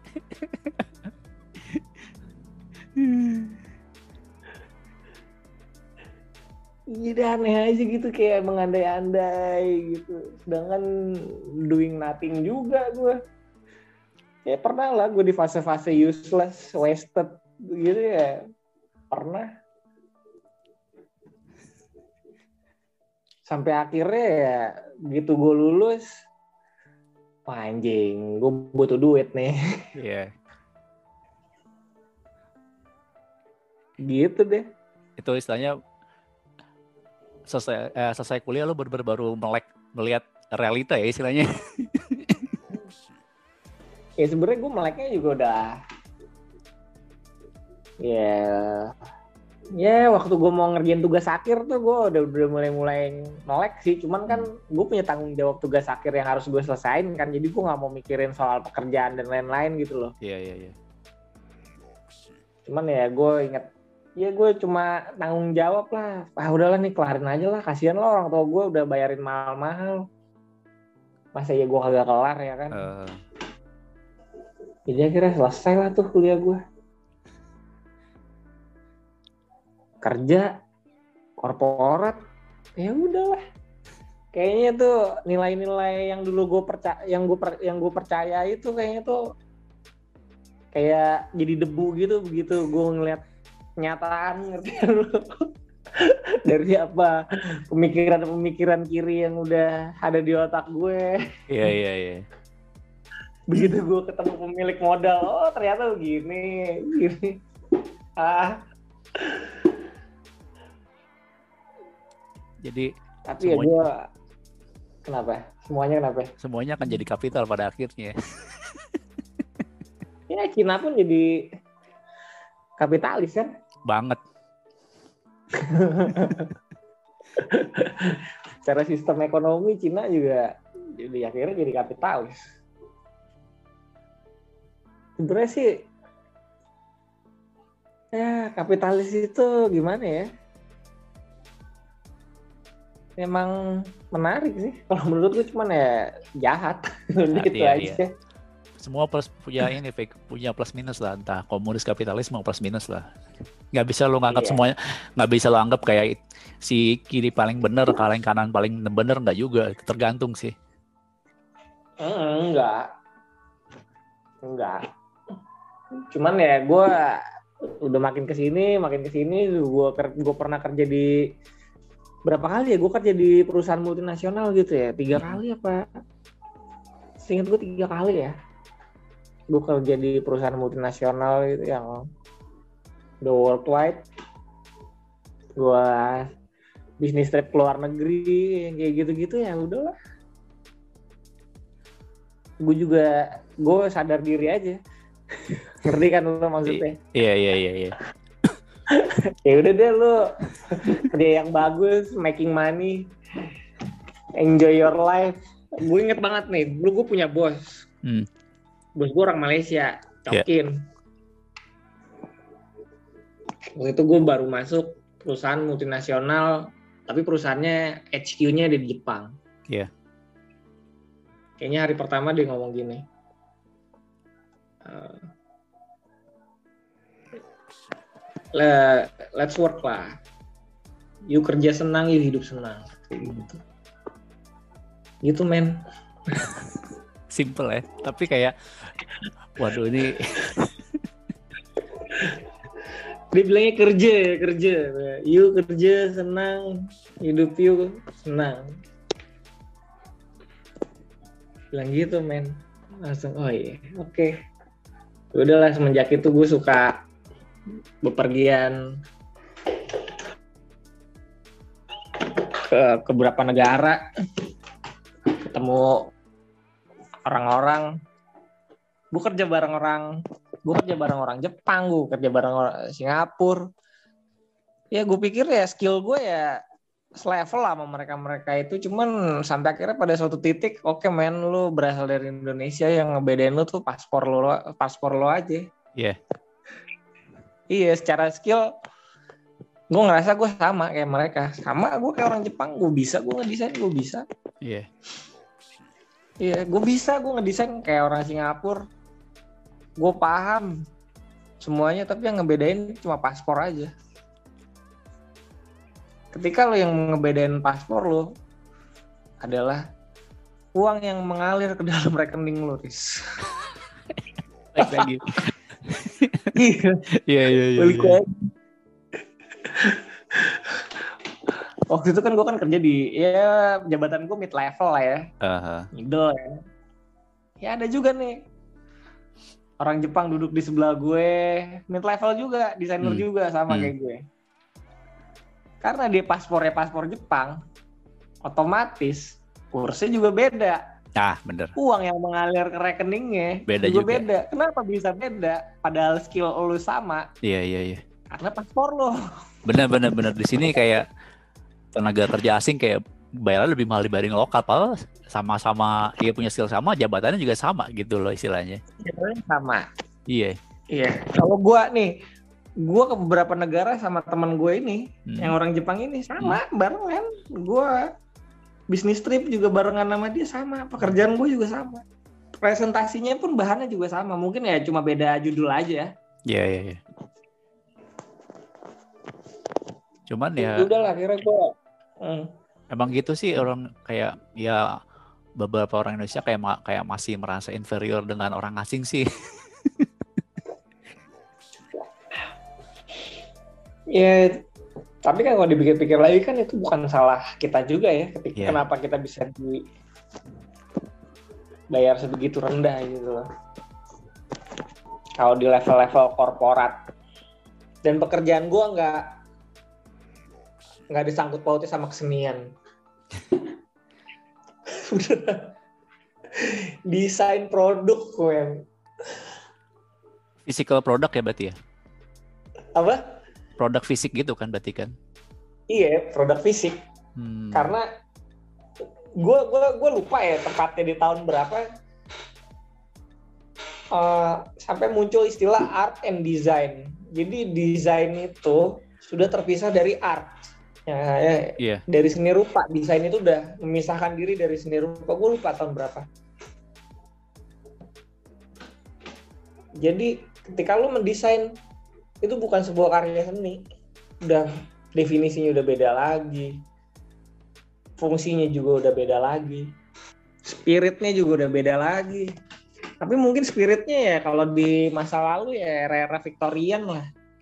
Jadi aneh aja gitu, kayak mengandai-andai gitu. Sedangkan doing nothing juga gue. Ya pernah lah gue di fase-fase useless, wasted gitu ya. Pernah. Sampai akhirnya ya begitu gue lulus, anjing, gue butuh duit nih. Iya. Gitu deh. Itu istilahnya selesai kuliah lo baru melihat realita ya istilahnya. Ya sebenarnya gue meleknya juga udah ya waktu gue mau ngerjain tugas akhir tuh gue udah mulai melek sih. Cuman kan gue punya tanggung jawab tugas akhir yang harus gue selesain kan, jadi gue nggak mau mikirin soal pekerjaan dan lain-lain gitu loh. Iya. Cuman ya gue inget, ya gue cuma tanggung jawab lah. Udahlah nih, kelarin aja lah, kasihan lo orang tua gue udah bayarin mahal-mahal, masa ya gue kagak kelar ya kan. Jadi akhirnya selesai lah tuh kuliah gue. Kerja korporat, ya udahlah. Kayaknya tuh nilai-nilai yang dulu gue percaya itu kayaknya tuh kayak jadi debu gitu begitu gue ngeliat kenyataan, ngerti lu? Dari apa pemikiran kiri yang udah ada di otak gue. Iya. Begitu gue ketemu pemilik modal, oh ternyata begini. Jadi tapi semuanya, ya gue kenapa? Semuanya akan jadi kapital pada akhirnya. Ya Cina pun jadi kapitalis kan? Banget. Secara sistem ekonomi Cina juga jadi akhirnya jadi kapitalis. Sebenarnya sih ya kapitalis itu gimana ya? Memang menarik sih. Kalau menurut gue cuman ya jahat. Gitu aja. Semua plus punya plus minus lah, entah komunis kapitalis mau plus minus lah. Nggak bisa lo nganggap semuanya, nggak bisa lo anggap kayak si kiri paling bener, kalian kanan paling bener, nggak juga, tergantung sih. Enggak. Cuman ya gue udah makin kesini, gue pernah kerja di berapa kali ya? Gue kerja di perusahaan multinasional gitu ya, 3 kali apa? Seingat gue 3 kali ya. Gue kerja di perusahaan multinasional itu yang the worldwide. Gue bisnis trip ke luar negeri, yang kayak gitu-gitu ya udahlah. Gue sadar diri aja. Ngerti kan lo maksudnya? Iya. Ya udah deh lo kerja yang bagus, making money, enjoy your life. Gue inget banget nih, dulu gue punya bos. Bos gue orang Malaysia, Cokin. Waktu itu gue baru masuk perusahaan multinasional, tapi perusahaannya HQ-nya di Jepang. Iya. Kayaknya hari pertama dia ngomong gini, let's work lah. You kerja senang, you hidup senang. Gitu men. Simple ya, tapi kayak waduh ini dia bilangnya kerja, you kerja senang, hidup you senang, bilang gitu men. Langsung oh iya oke. Udahlah semenjak itu gue suka bepergian ke beberapa negara, ketemu orang-orang. Gue kerja bareng orang Jepang, gue kerja bareng orang Singapura. Ya gue pikir ya skill gue ya selevel lah sama mereka itu. Cuman sampai akhirnya pada suatu titik, oke men, lu berasal dari Indonesia, yang ngebedain lu tuh paspor lo aja. Iya. Iya, secara skill gue ngerasa gue sama kayak mereka. Sama gue kayak orang Jepang, gue ngedesain, gue bisa. Iya. Iya, gue ngedesain kayak orang Singapura. Gue paham semuanya, tapi yang ngebedain cuma paspor aja. Ketika lo yang ngebedain paspor lo adalah uang yang mengalir ke dalam rekening lo, Riz. Lagi. Iya. Waktu itu kan gue kan kerja di, ya jabatan gue mid level lah ya, middle ya. Ya ada juga nih orang Jepang duduk di sebelah gue, mid level juga, desainer juga sama kayak gue. Karena dia paspor Jepang, otomatis kursnya juga beda. Bener. Uang yang mengalir ke rekeningnya juga beda. Kenapa bisa beda? Padahal skill lu sama. Iya. Karena paspor lo. Bener. Di sini kayak tenaga kerja asing kayak bayarnya lebih mahal dibanding lokal. Padahal sama-sama, ya punya skill sama, jabatannya juga sama gitu loh istilahnya. Jabatannya sama. Iya. Kalau gue ke beberapa negara sama teman gue ini, yang orang Jepang ini sama, barengan. Gue bisnis trip juga barengan sama dia, sama. Pekerjaan gue juga sama. Presentasinya pun bahannya juga sama. Mungkin ya cuma beda judul aja. Iya. Cuman ya udah lah, akhirnya gue emang gitu sih, orang kayak ya beberapa orang Indonesia kayak masih merasa inferior dengan orang asing sih. Ya, tapi kan kalau dipikir-pikir lagi kan itu bukan salah kita juga ya, kenapa kita bisa dibayar sebegitu rendah gitu loh. Kalau di level-level korporat. Dan pekerjaan gue nggak disangkut pautnya sama kesenian. Desain produk gue. Physical product ya berarti ya? Apa? Produk fisik gitu kan berarti kan? Iya, produk fisik. Karena gue lupa ya tepatnya di tahun berapa sampai muncul istilah art and design. Jadi desain itu sudah terpisah dari art. Dari seni rupa. Desain itu udah memisahkan diri dari seni rupa. Gue lupa tahun berapa. Jadi ketika lu mendesain itu bukan sebuah karya seni, udah definisinya udah beda lagi, fungsinya juga udah beda lagi, spiritnya juga udah beda lagi. Tapi mungkin spiritnya ya kalau di masa lalu ya era Victorian lah,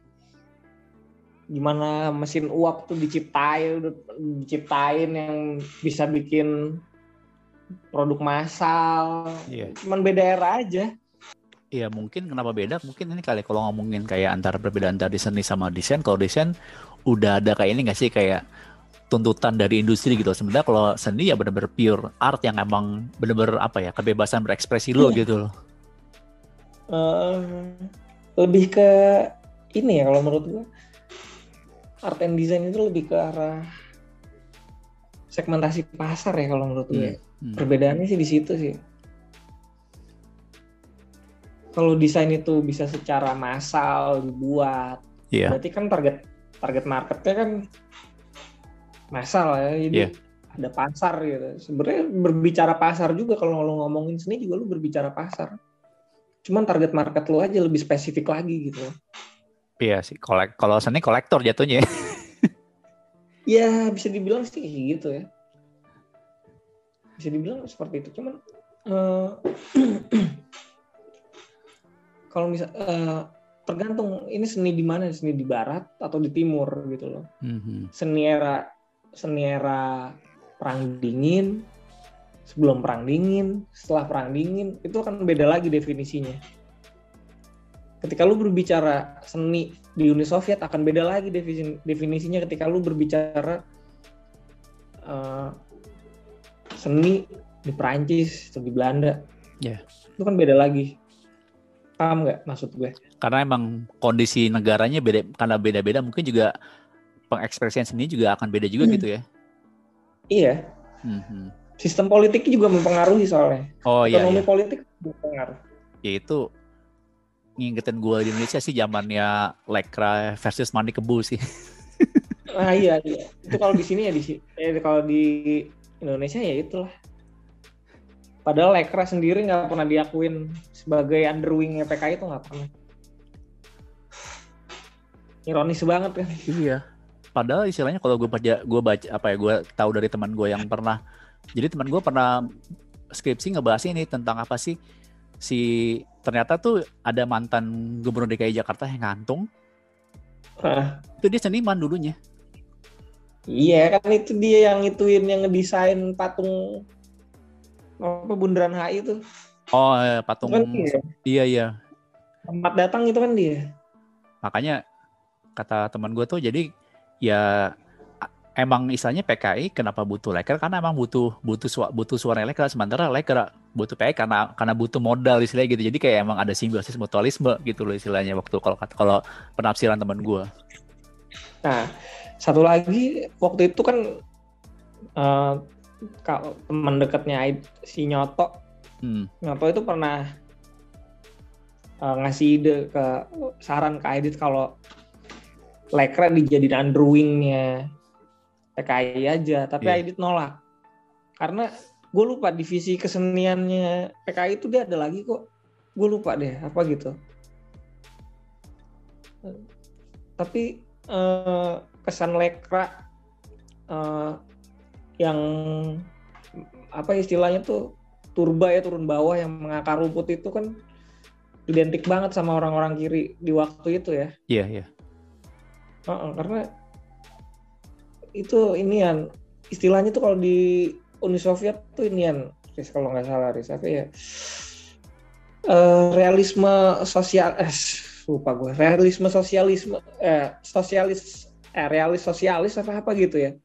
gimana mesin uap tuh diciptain yang bisa bikin produk massal. Cuman beda era aja. Iya, mungkin kenapa beda? Mungkin ini kali kalau ngomongin kayak antara perbedaan dari seni sama desain. Kalau desain udah ada kayak ini nggak sih, kayak tuntutan dari industri gitu. Sebenarnya kalau seni ya benar-benar pure art yang emang benar-benar apa ya, kebebasan berekspresi lo gitu loh. Lebih ke ini ya kalau menurut gue, art and design itu lebih ke arah segmentasi pasar ya kalau menurut gue. Perbedaannya sih di situ sih. Kalau desain itu bisa secara massal dibuat, berarti kan target marketnya kan massal ya, jadi ada pasar gitu. Sebenarnya berbicara pasar juga kalau lo ngomongin seni juga lo berbicara pasar. Cuman target market lo aja lebih spesifik lagi gitu. Iya sih, kalau seni kolektor jatuhnya. Ya bisa dibilang sih gitu ya. Bisa dibilang seperti itu. Cuman kalau misal tergantung ini seni di mana, seni di barat atau di timur gitu loh. Seni era perang dingin, sebelum perang dingin, setelah perang dingin itu akan beda lagi definisinya. Ketika lu berbicara seni di Uni Soviet akan beda lagi definisinya ketika lu berbicara seni di Perancis atau di Belanda. Itu kan beda lagi. Paham nggak maksud gue? Karena emang kondisi negaranya beda, karena beda-beda mungkin juga pengekspresian seni juga akan beda juga gitu ya. Iya. Sistem politiknya juga mempengaruhi soalnya. Ekonomi politik berpengaruh. Ya itu ngingetin gue di Indonesia sih zamannya Lekra versus Mandi Kebu sih. Iya. Itu kalau di sini ya kalau di Indonesia ya itulah. Padahal Lekra sendiri nggak pernah diakuin sebagai underwing PKI, itu nggak pernah. Ironis banget kan? Iya. Padahal istilahnya kalau gue baca apa ya, gue tahu dari teman gue yang pernah. Jadi teman gue pernah skripsi ngebahas ini tentang apa sih, ternyata tuh ada mantan gubernur DKI Jakarta yang ngantung. Itu dia seniman dulunya. Iya kan, itu dia yang ngedesain patung bundaran HI itu. Oh, patung kan iya. Selamat datang itu kan dia. Makanya kata teman gue tuh, jadi ya emang istilahnya PKI kenapa butuh Lekra, karena emang butuh suara Lekra, sementara Lekra butuh PKI karena butuh modal istilahnya gitu. Jadi kayak emang ada simbiosis mutualisme gitu loh istilahnya waktu kalau penafsiran teman gue. Nah, satu lagi waktu itu kan teman dekatnya si Nyoto itu pernah ngasih ide saran ke Aidit kalau Lekra dijadiin underwingnya PKI aja, tapi Aidit nolak karena gue lupa divisi keseniannya PKI itu dia ada lagi kok, gue lupa deh apa gitu. Tapi kesan Lekra yang apa istilahnya tuh turun bawah yang mengakar rumput itu kan identik banget sama orang-orang kiri di waktu itu ya. Iya. Karena itu inian istilahnya tuh kalau di Uni Soviet tuh inian, kalau nggak salah apa ya, realisme sosial, realisme sosialisme, realis sosialis apa gitu ya.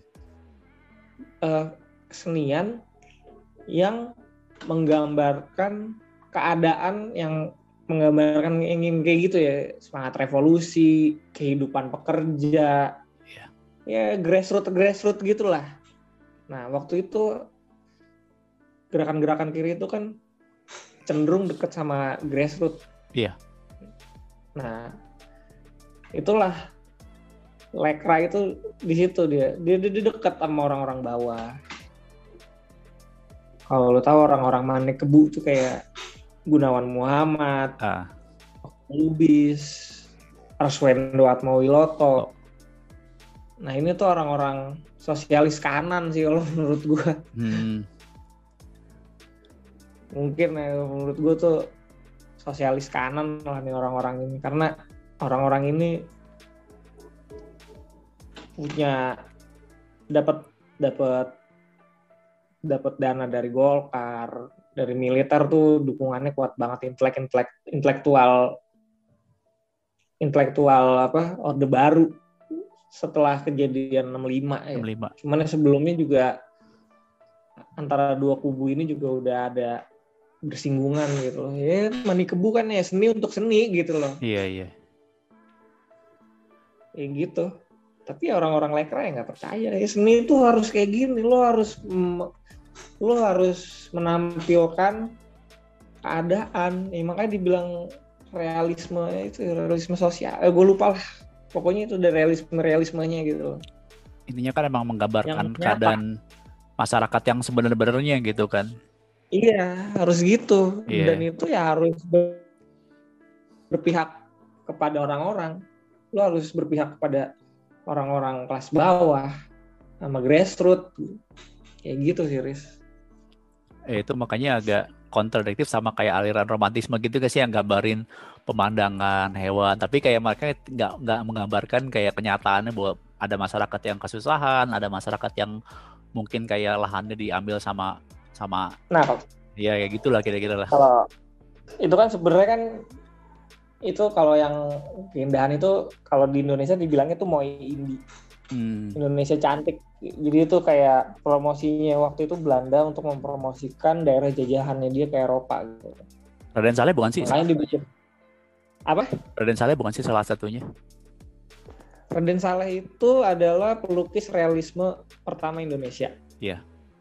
Kesenian yang menggambarkan keadaan yang menggambarkan ingin kayak gitu ya, semangat revolusi, kehidupan pekerja, ya grassroots gitulah. Nah waktu itu gerakan-gerakan kiri itu kan cenderung dekat sama grassroots. Iya. Nah itulah Lekra itu di situ dia dekat sama orang-orang bawah. Kalau lo tahu orang-orang Mandi Kebu itu kayak Gunawan Muhammad, Lubis, Arswendo Atmowiloto. Nah ini tuh orang-orang sosialis kanan sih kalau menurut gue. Mungkin ya, menurut gue tuh sosialis kanan lah nih orang-orang ini, karena orang-orang ini punya dapat dana dari Golkar, dari militer tuh dukungannya kuat banget, intelektual apa Orde Baru setelah kejadian 65 ya. 65. Cuman sebelumnya juga antara dua kubu ini juga udah ada bersinggungan gitu loh. Ya mani kebu kan ya, seni untuk seni gitu loh. Iya. Ya gitu. Tapi orang-orang lekra yang nggak percaya. Ya seni itu harus kayak gini. Lo harus menampilkan keadaan. Ya, makanya dibilang realisme sosial. Gue lupa lah. Pokoknya itu ada realismenya gitu loh. Intinya kan emang menggambarkan keadaan masyarakat yang sebenarnya gitu kan. Iya, harus gitu. Dan itu ya harus berpihak kepada orang-orang. Lo harus berpihak kepada orang-orang kelas bawah sama grassroots. Kayak gitu sih, Riz. Itu makanya agak kontradiktif sama kayak aliran romantisme gitu kan sih, yang gambarin pemandangan hewan, tapi kayak mereka nggak menggambarkan kayak kenyataannya bahwa ada masyarakat yang kesusahan, ada masyarakat yang mungkin kayak lahannya diambil sama nah ya kayak gitulah kira-kira lah. Kalau itu kan sebenarnya kan itu kalau yang keindahan itu kalau di Indonesia dibilangnya tuh Moi Indi. Indonesia cantik. Jadi itu kayak promosinya waktu itu Belanda untuk mempromosikan daerah jajahannya dia ke Eropa gitu. Raden Saleh bukan sih? Makanya dibikin apa? Raden Saleh bukan sih salah satunya? Raden Saleh itu adalah pelukis realisme pertama Indonesia. Iya.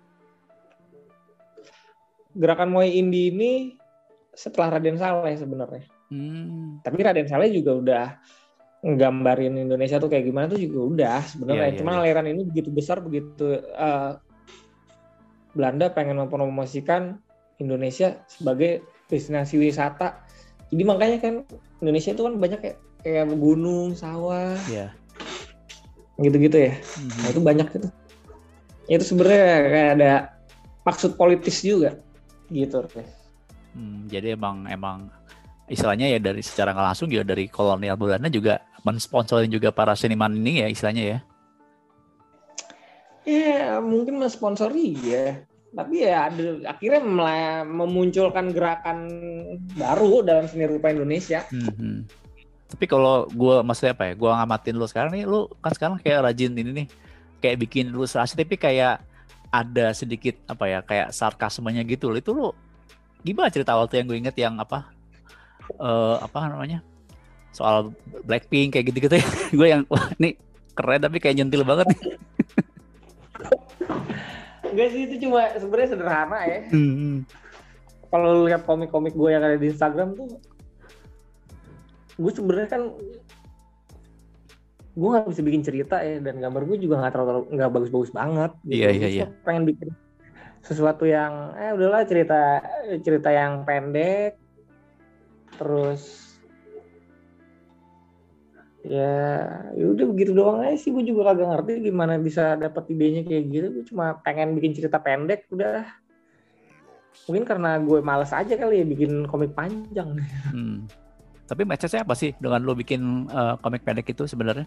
Gerakan Moi Indi ini setelah Raden Saleh sebenarnya. Tapi Raden Saleh juga udah nggambarin Indonesia tuh kayak gimana tuh juga udah sebenarnya. Cuma aliran ini begitu besar, begitu Belanda pengen mempromosikan Indonesia sebagai destinasi wisata. Jadi makanya kan Indonesia itu kan banyak kayak gunung, sawah, gitu-gitu ya. Nah itu banyak itu. Itu sebenarnya kayak ada maksud politis juga, gitu. Jadi emang istilahnya ya dari secara nggak langsung juga dari kolonial Belanda juga mensponsorin juga para seniman ini ya istilahnya ya. Ya mungkin mensponsori ya. Tapi ya akhirnya memunculkan gerakan baru dalam seni rupa Indonesia. Tapi kalau gue maksudnya apa ya, gue ngamatin lu sekarang nih, lu kan sekarang kayak rajin ini nih, kayak bikin ilustrasi tapi kayak ada sedikit apa ya, kayak sarkasmenya gitu. Itu lu gimana cerita waktu yang gue inget yang apa namanya soal Blackpink kayak gitu-gitu ya. Gue yang wah ini keren tapi kayak nyentil banget nih. Enggak sih, itu cuma sebenarnya sederhana ya. Kalau lihat komik-komik gue yang ada di Instagram tuh, gue sebenarnya kan gue nggak bisa bikin cerita ya, dan gambar gue juga nggak bagus-bagus banget. Gitu. Iya. Pengen bikin sesuatu yang udahlah cerita yang pendek, terus ya udah begitu doang aja sih. Gue juga kagak ngerti gimana bisa dapat idenya kayak gitu. Gue cuma pengen bikin cerita pendek udah. Mungkin karena gue malas aja kali ya bikin komik panjang. Tapi message-nya apa sih dengan lo bikin komik pendek itu sebenarnya?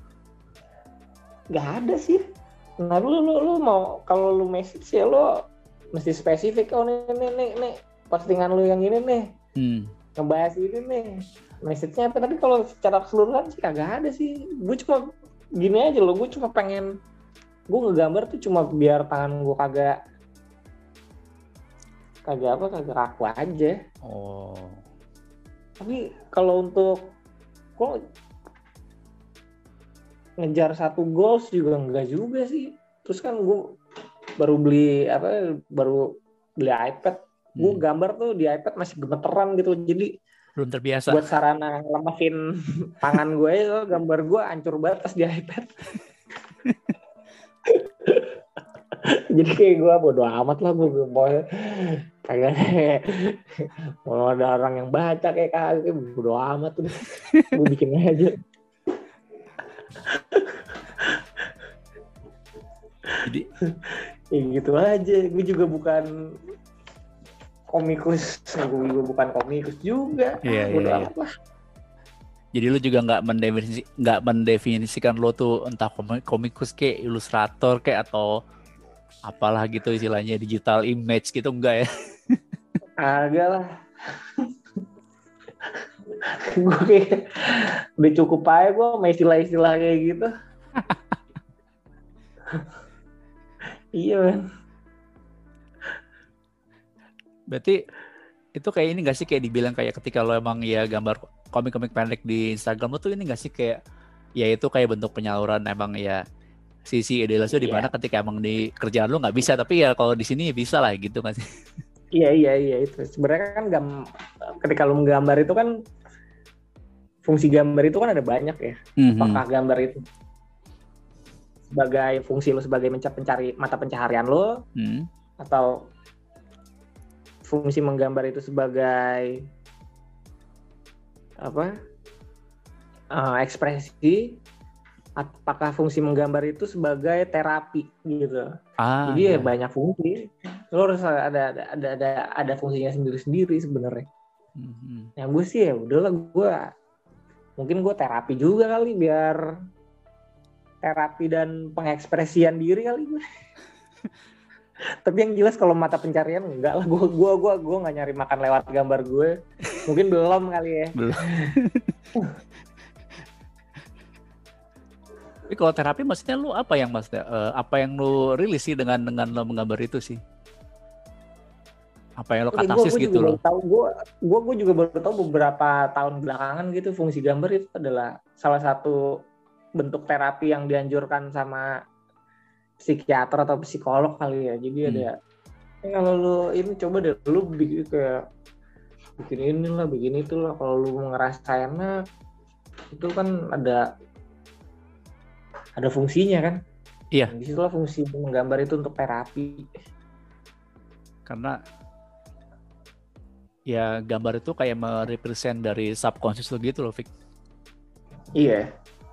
Gak ada sih. Nah lu mau kalau lu message ya lo mesti spesifik. Oh nih postingan lu yang ini nih. Ngebahas ini nih. Message-nya apa? Tapi kalau secara keseluruhan sih kagak ada sih. Gue cuma gini aja loh. Gue cuma pengen gue ngegambar tuh cuma biar tangan gue kagak kaku aja. Oh. Tapi kalau untuk kok ngejar satu goals juga enggak juga sih. Terus kan gue baru beli iPad. Gue gambar tuh di iPad masih gemeteran gitu. Jadi belum terbiasa. Buat sarana ngelemesin tangan gue itu, gambar gue hancur banget pas di iPad. Jadi kayak gue bodo amat lah, gue Kagak deh. Kalau ada orang yang baca kayak kagak, bodo amat tuh. Gue bikin aja. Jadi Ya gitu aja. Gue juga bukan komikus. Gue juga bukan komikus juga. iya. Bodo amat lah. Jadi lu juga nggak mendefinisikan lo tuh entah komikus kayak ilustrator kayak atau apalah gitu istilahnya digital image gitu enggak ya? Agak lah. Gue kayak udah cukup aja gue sama istilah-istilah kayak gitu. Iya man. Berarti itu kayak ini gak sih kayak dibilang kayak ketika lo emang ya gambar komik-komik pendek di Instagram lo tuh ini gak sih kayak ya itu kayak bentuk penyaluran emang ya sisi idealis itu di mana ketika emang di kerjaan lo nggak bisa tapi ya kalau di sini bisa lah gitu kan sih? Iya itu. Sebenarnya kan ketika lo menggambar itu kan fungsi gambar itu kan ada banyak ya. Apakah gambar itu sebagai fungsi lo sebagai mencari mata pencaharian lo atau fungsi menggambar itu sebagai apa ekspresi, apakah fungsi menggambar itu sebagai terapi gitu. Jadi ya banyak fungsi. Lo harus ada fungsinya sendiri-sendiri sebenarnya. Yang gue sih ya udahlah mungkin gue terapi juga kali biar terapi dan pengekspresian diri kali gue. Tapi yang jelas kalau mata pencarian enggak lah, gue nggak nyari makan lewat gambar gue. Mungkin belum kali ya. Belum. Tapi kalau terapi maksudnya lu apa yang apa yang lu rilis sih dengan lo menggambar itu sih? Apa yang lo katarsis gitu loh? Gue juga baru tahu beberapa tahun belakangan gitu fungsi gambar itu adalah salah satu bentuk terapi yang dianjurkan sama psikiater atau psikolog kali ya. Jadi ada kalau lu ini coba deh lu bikin inilah bikin itulah, kalau lu ngerasa enak itu kan ada fungsinya kan. Iya. Disitulah fungsi menggambar itu untuk terapi. Karena ya gambar itu kayak merepresent dari subconscious lo gitu loh, Fik. Iya.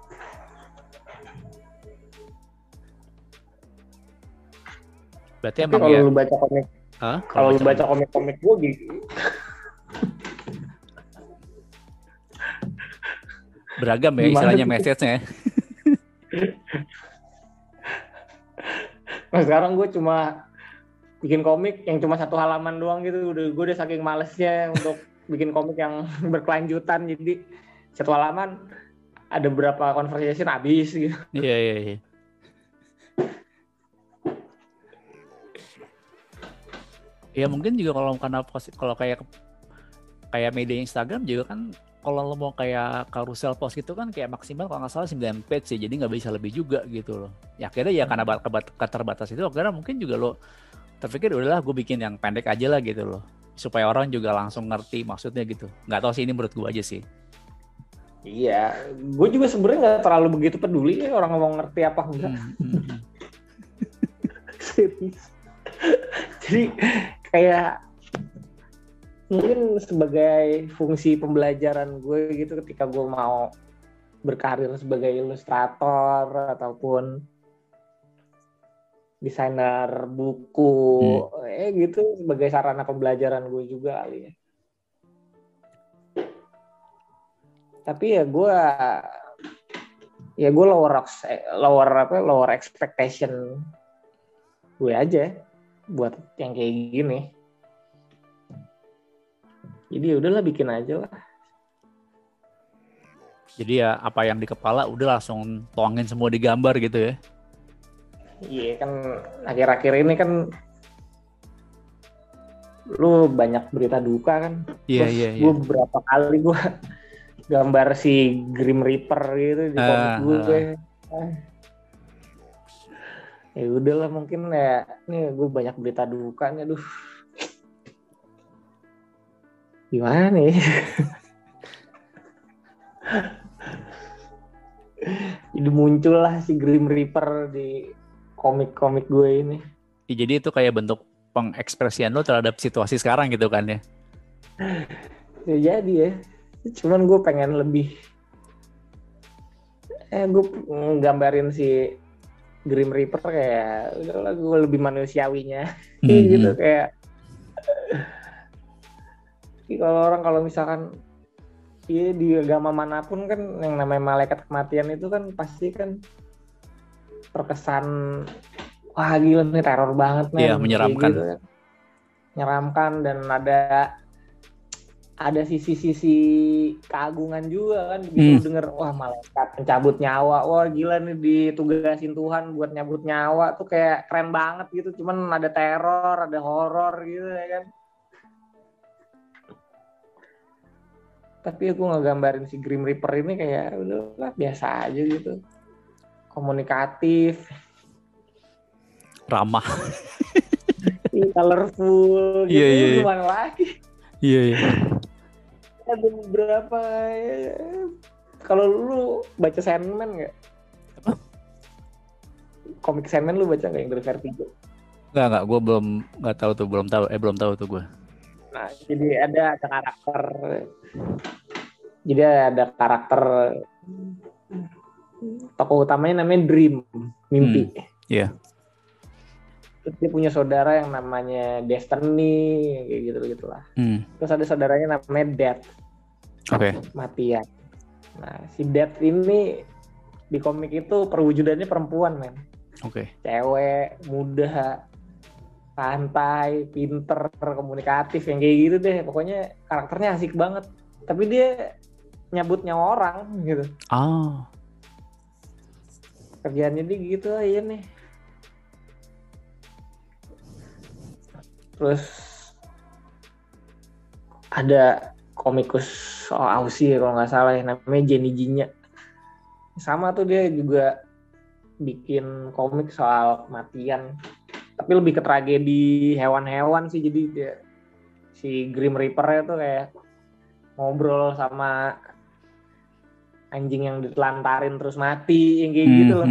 Berarti tapi emang kalau ya. Lu baca komik, kalau lu baca komik-komik gue gitu. Beragam ya istilahnya message-nya. Nah sekarang gue cuma bikin komik yang cuma 1 halaman doang gitu. Gue udah saking malesnya untuk bikin komik yang berkelanjutan. Jadi 1 halaman ada berapa conversation habis gitu. Iya. Ya mungkin juga kalau kayak media Instagram juga kan kalau lo mau kayak carousel post gitu kan kayak maksimal kalau nggak salah 9 page sih, jadi nggak bisa lebih juga gitu loh. Ya akhirnya ya karena keterbatas itu akhirnya mungkin juga lo terpikir udahlah gue bikin yang pendek aja lah gitu loh, supaya orang juga langsung ngerti maksudnya gitu. Nggak tahu sih, ini menurut gue aja sih. Iya, gue juga sebenarnya nggak terlalu begitu peduli ya orang ngomong ngerti apa enggak. Serius. Jadi kayak mungkin sebagai fungsi pembelajaran gue gitu ketika gue mau berkarir sebagai ilustrator ataupun desainer buku gitu, sebagai sarana pembelajaran gue juga kali ya. Tapi ya gue lower expectation gue aja buat yang kayak gini. Jadi ya udahlah bikin aja lah. Jadi ya apa yang di kepala udah langsung tuangin semua di gambar gitu ya. Iya kan akhir-akhir ini kan lu banyak berita duka kan. Iya. Gue berapa kali gue gambar si Grim Reaper gitu di komik gue. Ya udahlah mungkin ya nih gue banyak berita duka nih, aduh. Gimana nih? Jadi muncullah si Grim Reaper di komik-komik gue ini. Ya, jadi itu kayak bentuk pengekspresian lo terhadap situasi sekarang gitu kan ya. Ya jadi ya. Cuman gue pengen lebih gue gambarin si Grim Reaper kayak udahlah gue lebih manusiawinya gitu kayak kalau misalkan di agama manapun kan yang namanya malaikat kematian itu kan pasti kan terkesan wah gila nih teror banget men. Iya, menyeramkan. Gitu kan. Menyeramkan dan ada sisi-sisi keagungan juga kan begitu denger wah malaikat pencabut nyawa, wah gila nih ditugasin Tuhan buat nyabut nyawa tuh kayak keren banget gitu. Cuman ada teror, ada horor gitu ya kan. Tapi aku ngegambarin si Grim Reaper ini kayak udahlah biasa aja gitu. Komunikatif. Ramah. Colorful gitu. Iya. Gimana lagi? Iya. Ada beberapa kalau lu baca Sandman nggak? Apa? Komik Sandman lu baca nggak yang dari Vertigo? Nggak, gue belum tahu tuh gue. Nah, jadi ada karakter. Jadi ada karakter tokoh utamanya namanya Dream, mimpi. Iya. Terus dia punya saudara yang namanya Destiny, kayak gitu-gitulah. Terus ada saudaranya namanya Death. Oke. Matian. Nah, si Death ini di komik itu perwujudannya perempuan, men. Oke. Cewek, muda, santai, pinter, komunikatif, yang kayak gitu deh. Pokoknya karakternya asik banget. Tapi dia nyabut nyawa orang gitu. Kerjaannya dia gitu aja nih. Terus ada komikus Aussie kalau nggak salah ya, namanya Jenny Jinya. Sama tuh dia juga bikin komik soal kematian. Tapi lebih ke tragedi hewan-hewan sih. Jadi dia si Grim Reaper itu kayak ngobrol sama anjing yang ditelantarin terus mati, yang kayak gitu loh.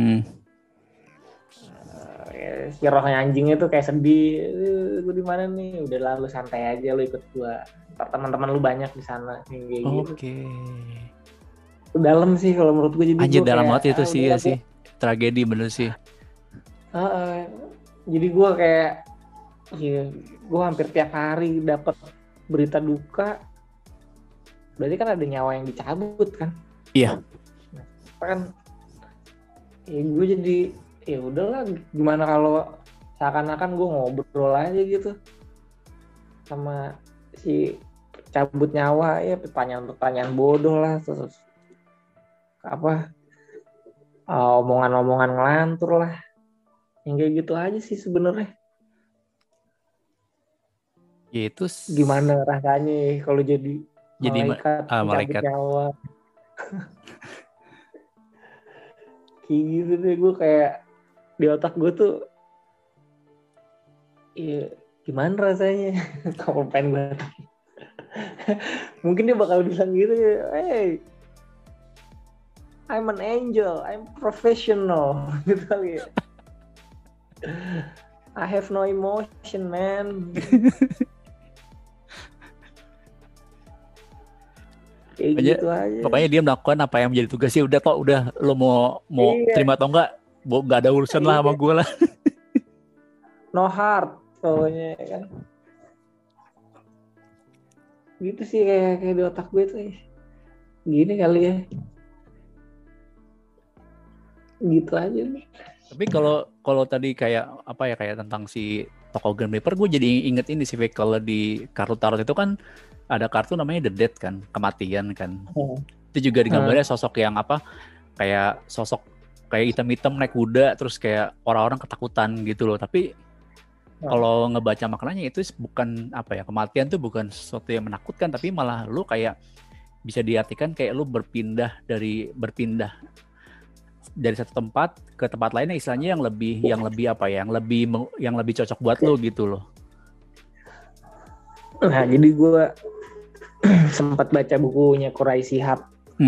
Si rohnya anjingnya tuh kayak sedih, gue di mana nih? Udah lalu santai aja, lu ikut gua. Ntar teman-teman lu banyak di sana, kayak gitu. Itu dalam sih kalau menurut gue. Jadi anjir gua dalam kayak, banget itu sih ya sih. Tragedi bener sih. Jadi gue kayak, gue hampir tiap hari dapat berita duka. Berarti kan ada nyawa yang dicabut kan? Iya. Nah, kan, gue jadi ya udahlah, gimana kalau seakan-akan gue ngobrol aja gitu sama si cabut nyawa, ya pertanyaan-pertanyaan bodoh lah, terus omongan-omongan ngelantur lah, yang kayak gitu aja sih sebenarnya. Ya itu gimana rasanya kalau jadi malaikat nyawa. Kayak gitu deh, gue kayak di otak gue tuh ya gimana rasanya kalau pengen banget. Mungkin dia bakal bilang gitu, hey, I'm an angel, I'm professional gitu kali ya. I have no emotion, man. Kayak gitu aja. Pokoknya dia melakukan apa yang menjadi tugasnya. Udah kok, udah lo mau terima atau enggak, nggak ada urusan lah sama gue lah. No heart pokoknya kan. Gitu sih kayak di otak gue tuh. Gini kali ya. Gitu aja nih. Tapi kalau tadi kayak kayak tentang si tokoh Grim Reaper, gue jadi inget ini sih, kalau di kartu tarot itu kan ada kartu namanya The Dead kan, kematian kan. Itu juga digambarnya sosok yang kayak sosok kayak hitam-hitam naik kuda, terus kayak orang-orang ketakutan gitu loh. Tapi kalau ngebaca maknanya itu bukan kematian tuh bukan sesuatu yang menakutkan, tapi malah lu kayak bisa diartikan kayak lu berpindah dari satu tempat ke tempat lainnya, istilahnya yang lebih cocok buat lu gitu loh. Nah, jadi gue sempat baca bukunya Quraish Shihab.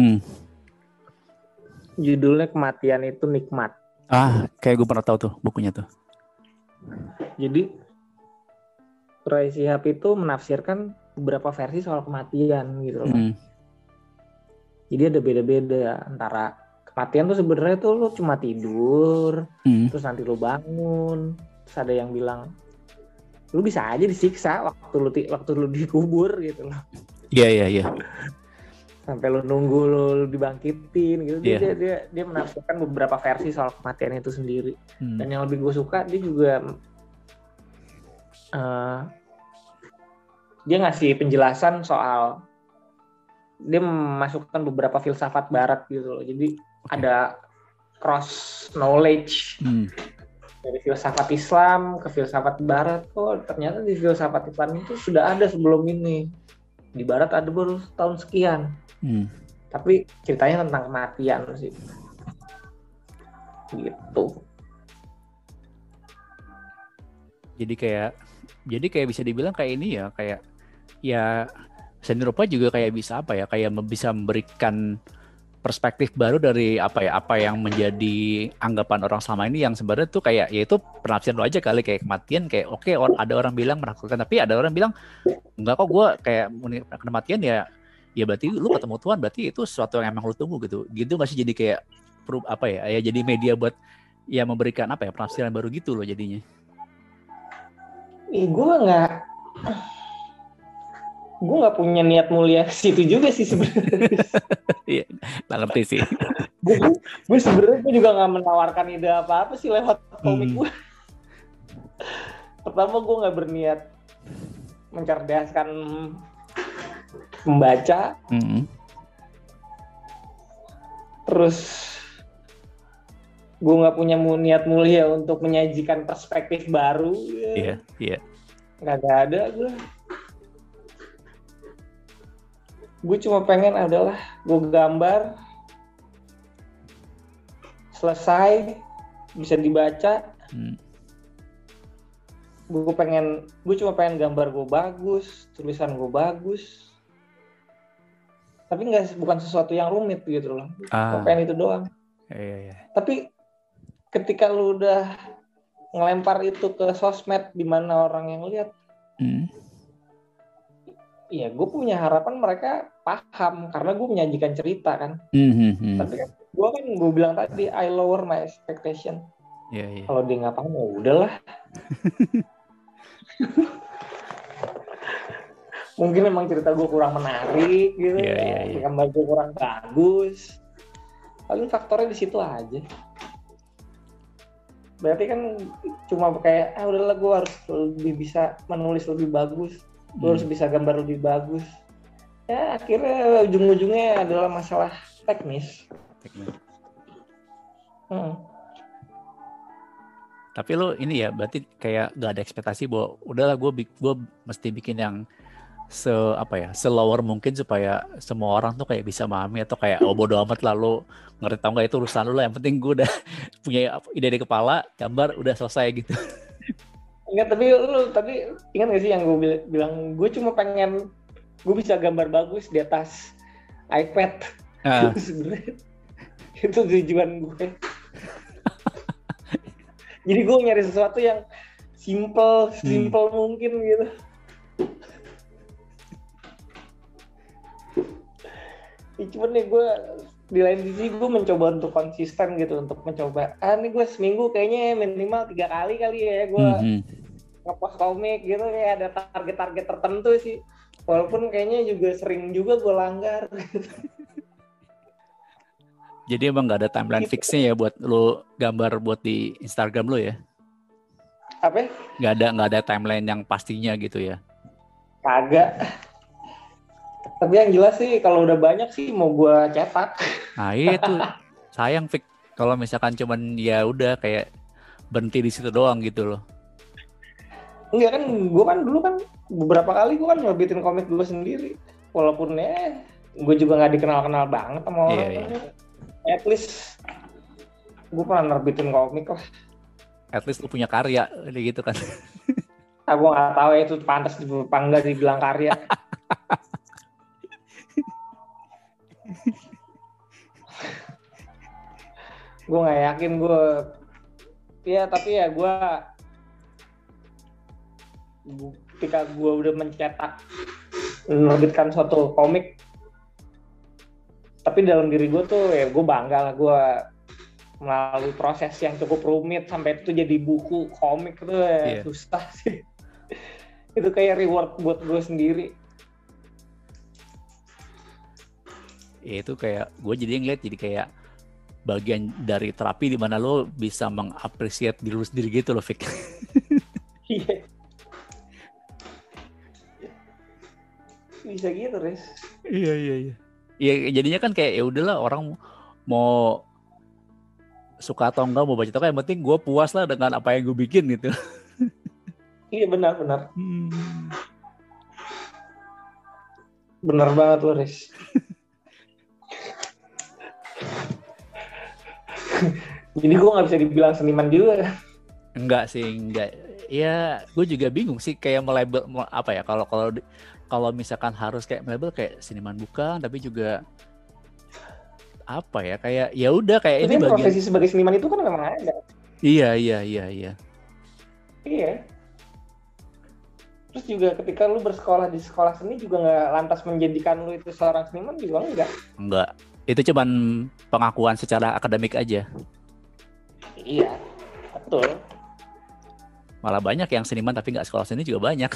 Judulnya Kematian Itu Nikmat. Kayak gue pernah tahu tuh bukunya tuh. Jadi Quraish Shihab itu menafsirkan beberapa versi soal kematian gitu loh. Jadi ada beda-beda antara kematian tuh sebenarnya tuh lu cuma tidur, terus nanti lu bangun, terus ada yang bilang lu bisa aja disiksa waktu lu dikubur gitu loh. Iya. Sampai lu nunggu lu dibangkitin gitu. Dia menafsirkan beberapa versi soal kematian itu sendiri. Dan yang lebih gue suka dia juga dia ngasih penjelasan soal, dia memasukkan beberapa filsafat barat gitu loh. Jadi ada cross knowledge dari filsafat Islam ke filsafat barat. Oh ternyata di filsafat Islam itu sudah ada sebelum ini, di barat ada baru tahun sekian. Tapi ceritanya tentang kematian sih gitu. Jadi kayak bisa dibilang kayak ini ya, kayak ya seni rupa juga kayak bisa apa ya, kayak bisa memberikan perspektif baru dari apa yang menjadi anggapan orang selama ini yang sebenarnya tuh kayak ya itu penafsiran lo aja kali, kayak kematian kayak oke, ada orang bilang menakutkan, tapi ada orang bilang enggak kok, gue kayak kematian ya berarti lu ketemu Tuhan, berarti itu sesuatu yang emang lu tunggu gitu nggak sih? Jadi kayak jadi media buat ya memberikan penafsiran baru gitu loh jadinya. Gue nggak punya niat mulia ke situ juga sih sebenarnya. Iya, nggak ngerti sih. gue sebenarnya juga nggak menawarkan ide apa-apa sih lewat komik gue. Pertama gue nggak berniat mencerdaskan membaca. Terus gue nggak punya niat mulia untuk menyajikan perspektif baru. Iya. Nggak ada gue. Gue cuma pengen adalah gue gambar selesai bisa dibaca. Gue cuma pengen gambar gue bagus, tulisan gue bagus, tapi bukan sesuatu yang rumit gitu loh. Gue pengen itu doang. Iya. Tapi ketika lu udah ngelempar itu ke sosmed di mana orang yang lihat, ya gue punya harapan mereka paham karena gue menyajikan cerita kan. Tapi kan gue bilang tadi I lower my expectation. Iya. Kalau dia nggak paham ya udahlah. Mungkin emang cerita gue kurang menarik gitu. Gambar gue kurang bagus. Paling faktornya di situ aja. Berarti kan cuma kayak udahlah gue harus lebih bisa menulis lebih bagus. Gue harus bisa gambar lebih bagus. Ya akhirnya ujung-ujungnya adalah masalah teknis. Tapi lo ini ya berarti kayak gak ada ekspektasi bahwa udahlah gue mesti bikin yang selower mungkin supaya semua orang tuh kayak bisa memahami, atau kayak bodo amat lah lo ngerti tau gak itu urusan lo lah, yang penting gue udah punya ide di kepala, gambar udah selesai gitu. Enggak, tapi lu tadi ingat gak sih yang gue bilang gue cuma pengen gue bisa gambar bagus di atas iPad. Sebenarnya itu tujuan gue. Jadi gue nyari sesuatu yang simple mungkin gitu. Cuman nih gue di lain sisi gue mencoba untuk konsisten gitu, untuk mencoba nih gue seminggu kayaknya minimal 3 kali ya gue ngepost komik gitu, kayak ada target-target tertentu sih, walaupun kayaknya juga sering juga gue langgar gitu. Jadi emang gak ada timeline fixnya ya buat lo gambar buat di Instagram lo ya? Apa? Gak ada timeline yang pastinya gitu ya? Kagak. Tapi yang jelas sih kalau udah banyak sih mau gue cetak. Nah itu sayang Fik kalau misalkan cuman ya udah kayak berhenti di situ doang gitu loh. Enggak kan, gue kan dulu kan beberapa kali gue kan nerbitin komik gue sendiri, walaupun ya gue juga nggak dikenal banget sama orang. Iya. At least gue pernah nerbitin komik lah. At least lu punya karya gitu kan. Gue nggak tahu ya itu pantas enggak dibilang karya. Gue nggak yakin gue. Ya tapi ya gue ketika gue udah menerbitkan suatu komik, tapi dalam diri gue tuh ya gue bangga lah gue melalui proses yang cukup rumit sampai itu jadi buku komik tuh ya susah sih. Itu kayak reward buat gue sendiri. Ya itu kayak gue jadi ngeliat jadi kayak bagian dari terapi di mana lo bisa mengapresiasi diri lo sendiri gitu lo, Fik. Iya. Bisa gitu, Riz. Iya. Ya jadinya kan kayak ya udahlah orang mau suka atau enggak, mau baca atau enggak, yang penting gue puas lah dengan apa yang gue bikin gitu. Iya benar. Benar banget lo, Riz. Jadi gue nggak bisa dibilang seniman juga. Enggak. Ya gue juga bingung sih kayak melabel apa ya, kalau misalkan harus kayak melabel kayak seniman bukan, tapi juga apa ya, kayak ya udah kayak ini bagian profesi sebagai seniman itu kan memang ada. Iya. Terus juga ketika lu bersekolah di sekolah seni juga nggak lantas menjadikan lu itu seorang seniman juga enggak. Itu cuman pengakuan secara akademik aja. Iya, betul. Malah banyak yang seniman tapi nggak sekolah seni juga banyak.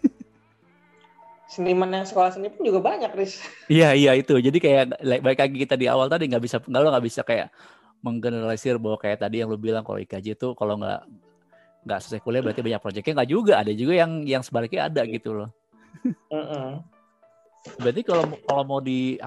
Seniman yang sekolah seni pun juga banyak, Riz. Iya itu. Jadi kayak baik lagi kita di awal tadi nggak bisa kayak menggeneralisir bahwa kayak tadi yang lu bilang kalau IKJ itu kalau nggak selesai kuliah berarti banyak proyeknya, nggak juga. Ada juga yang sebaliknya ada gitu loh. Berarti kalau mau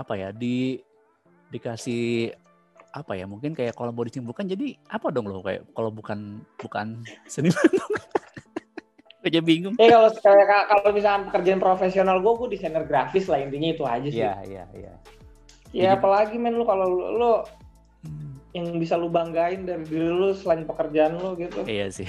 dikasih apa ya, mungkin kayak kalau mau disimpulkan jadi apa dong lo, kayak kalau bukan seniman dong. Aja bingung. Kalau misalkan pekerjaan profesional gue desainer grafis lah, intinya itu aja sih. Iya. Ya apalagi men, lu kalau lu yang bisa lu banggain dari diri lu selain pekerjaan lu gitu. Iya sih.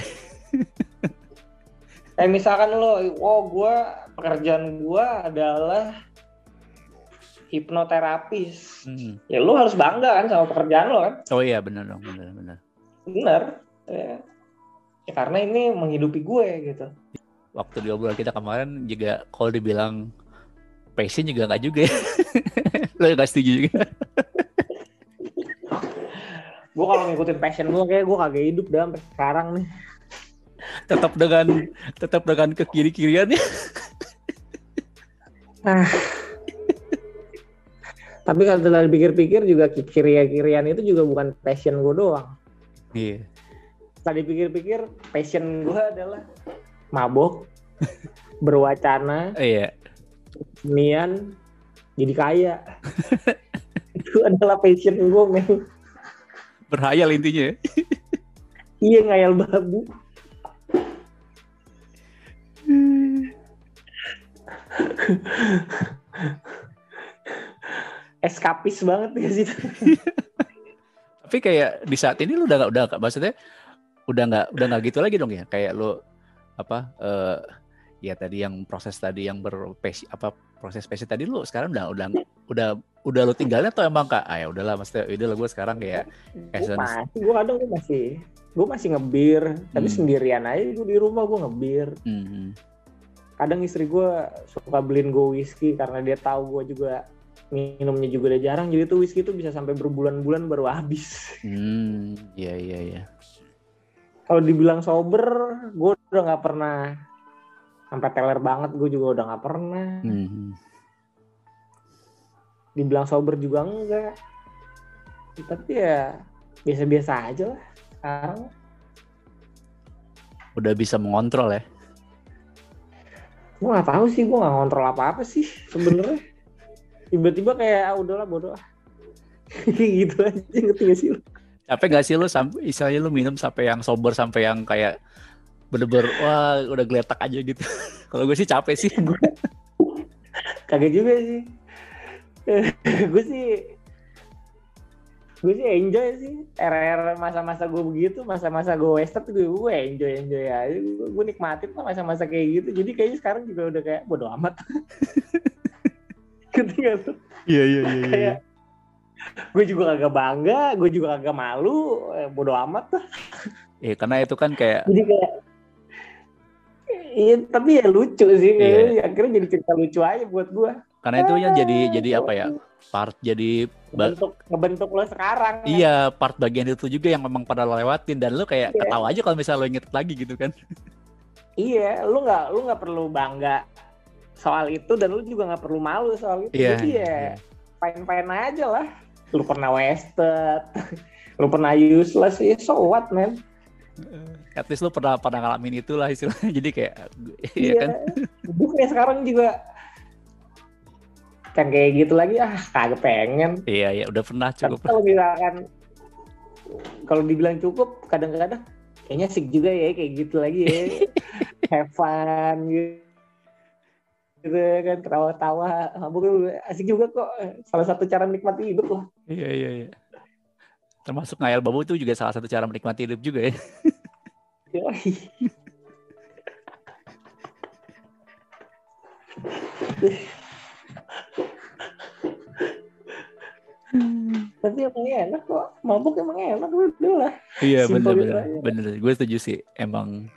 Kayak misalkan lu, pekerjaan gue adalah hipnoterapis. Ya lu harus bangga kan sama pekerjaan lu kan? Oh iya benar dong, benar. Ya karena ini menghidupi gue gitu. Waktu di obrolan kita kemarin juga kalau dibilang passion juga nggak juga ya. Lo nggak setuju juga? Gue kalau ngikutin passion gue kayak gue kagak hidup dah sampai sekarang nih. Tetap dengan kekiri-kirian ya. Tapi kalau setelah dipikir-pikir juga kiri-kirian itu juga bukan passion gue doang. Iya. Setelah dipikir-pikir passion gue adalah mabok, berwacana, kesenian, jadi kaya. Itu adalah passion gue, men. Berhayal intinya ya. Iya, ngayal babu. Eskapis banget ya sih. Tapi kayak di saat ini lu udah maksudnya udah nggak gitu lagi dong ya, kayak lu ya tadi yang proses tadi yang proses passion tadi lu sekarang udah lu tinggalnya atau emang kak ya udahlah, maksudnya udah gue sekarang kayak gue masih ngebir tapi sendirian aja, gue di rumah gue ngebir. Kadang istri gue suka beliin gue whisky karena dia tahu gue juga minumnya juga udah jarang, jadi tuh whisky tuh bisa sampai berbulan-bulan baru habis. Iya. Kalau dibilang sober, gue udah nggak pernah sampai teler banget, gue juga udah nggak pernah. Dibilang sober juga enggak, tapi ya biasa-biasa aja lah sekarang. Udah bisa mengontrol ya? Gue nggak tahu sih, gue nggak ngontrol apa-apa sih sebenarnya. Tiba-tiba kayak udahlah bodoh gitu aja, ngerti gak sih lu? Capek gak sih lu sampai istilahnya lu minum sampai yang sober, sampai yang kayak bener-bener wah udah geletak aja gitu? Kalau gue sih capek sih. Kagak juga sih. gue sih enjoy sih. Era masa-masa gue begitu, masa-masa gue western gue enjoy aja. Gue nikmatin lah masa-masa kayak gitu. Jadi kayaknya sekarang juga udah kayak bodo amat. Ketika tuh. Iya. Gue juga kagak bangga, gue juga kagak malu, bodo amat lah. Karena itu kan kayak. Jadi kayak Iya, tapi ya lucu sih. Iya. Akhirnya jadi cerita lucu aja buat gua. Karena itu ya jadi apa ya? Part jadi ngebentuk lo sekarang kan. Iya, part bagian itu juga yang memang pada lo lewatin dan lo kayak ketawa aja kalau misalnya lo inget lagi gitu kan. Iya, lu nggak perlu bangga soal itu dan lu juga nggak perlu malu soal itu. Iya, Jadi fine-fine aja lah. Lu pernah wasted, lu pernah useless, ya so what man. At least lu pernah ngalamin itulah istilahnya. Jadi kayak iya kan. Bukannya sekarang juga kan kayak gitu lagi, kagak pengen. Iya, udah pernah cukup. Tapi kalau misalkan kalau dibilang cukup, kadang-kadang kayaknya asik juga ya kayak gitu lagi ya. Have fun gitu kan, tawa-tawa, asik juga kok. Salah satu cara menikmati hidup lah. Iya. Termasuk ngayal babu itu juga salah satu cara menikmati hidup juga ya. Tapi emang enak kok, mabuk emang enak udah lah. Iya bener, gue setuju sih emang.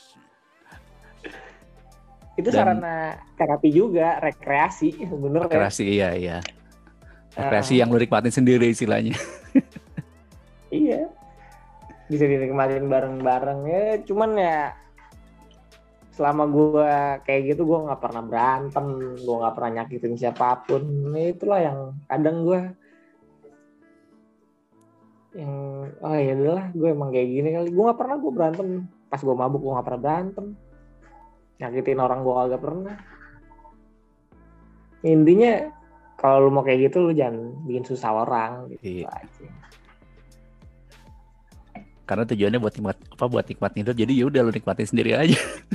Itu sarana terapi juga, rekreasi sebenarnya. Rekreasi iya. Rekreasi yang lu nikmatin sendiri istilahnya. Iya, bisa dinikmatin bareng-bareng ya. Cuman ya selama gue kayak gitu gue nggak pernah berantem, gue nggak pernah nyakitin siapapun. Itulah yang kadang gue yang ya udahlah, gue emang kayak gini kali. Gue nggak pernah gue berantem pas gue mabuk, gue nggak pernah berantem, nyakitin orang gue agak pernah. Intinya kalau lu mau kayak gitu lu jangan bikin susah orang gitu aja. Karena tujuannya buat nikmatin hidup, jadi ya udah lu nikmatin sendiri aja.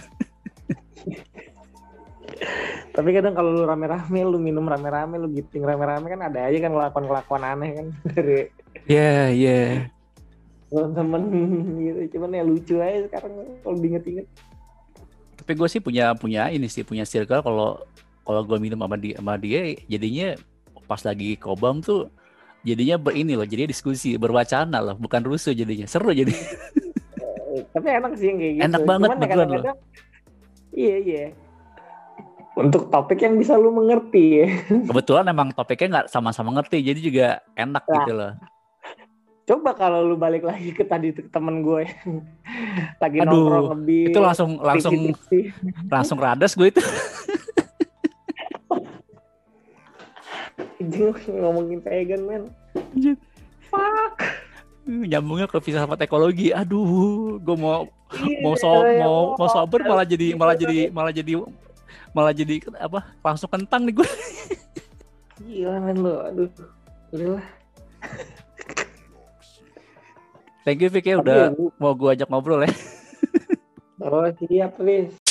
Tapi kadang kalau lu rame-rame, lu minum rame-rame, lu giting rame-rame kan ada aja kan kelakuan aneh kan dari teman-teman gitu. Cuman ya lucu aja sekarang kalau diinget-inget. Tapi gue sih punya circle kalau gue minum sama dia jadinya pas lagi kobam tuh jadinya jadinya diskusi, berwacana loh, bukan rusuh jadinya. Seru jadi. Tapi enak sih yang kayak gitu. Enak banget beneran loh. Iya. Untuk topik yang bisa lu mengerti ya. Kebetulan emang topiknya nggak sama-sama ngerti, jadi juga enak gitu loh. Coba kalau lu balik lagi ke tadi temen gue yang lagi nongkrong lebih. Itu langsung radas gue itu. Ngomongin vegan men. Fuck. Nyambungnya ke filsafat ekologi. Aduh, gue mau sober malah jadi apa? Langsung kentang nih gue. Gila men lu. Aduh. Udah lah. Thank you Vicky udah mau gue ajak ngobrol ya. Oh siap please.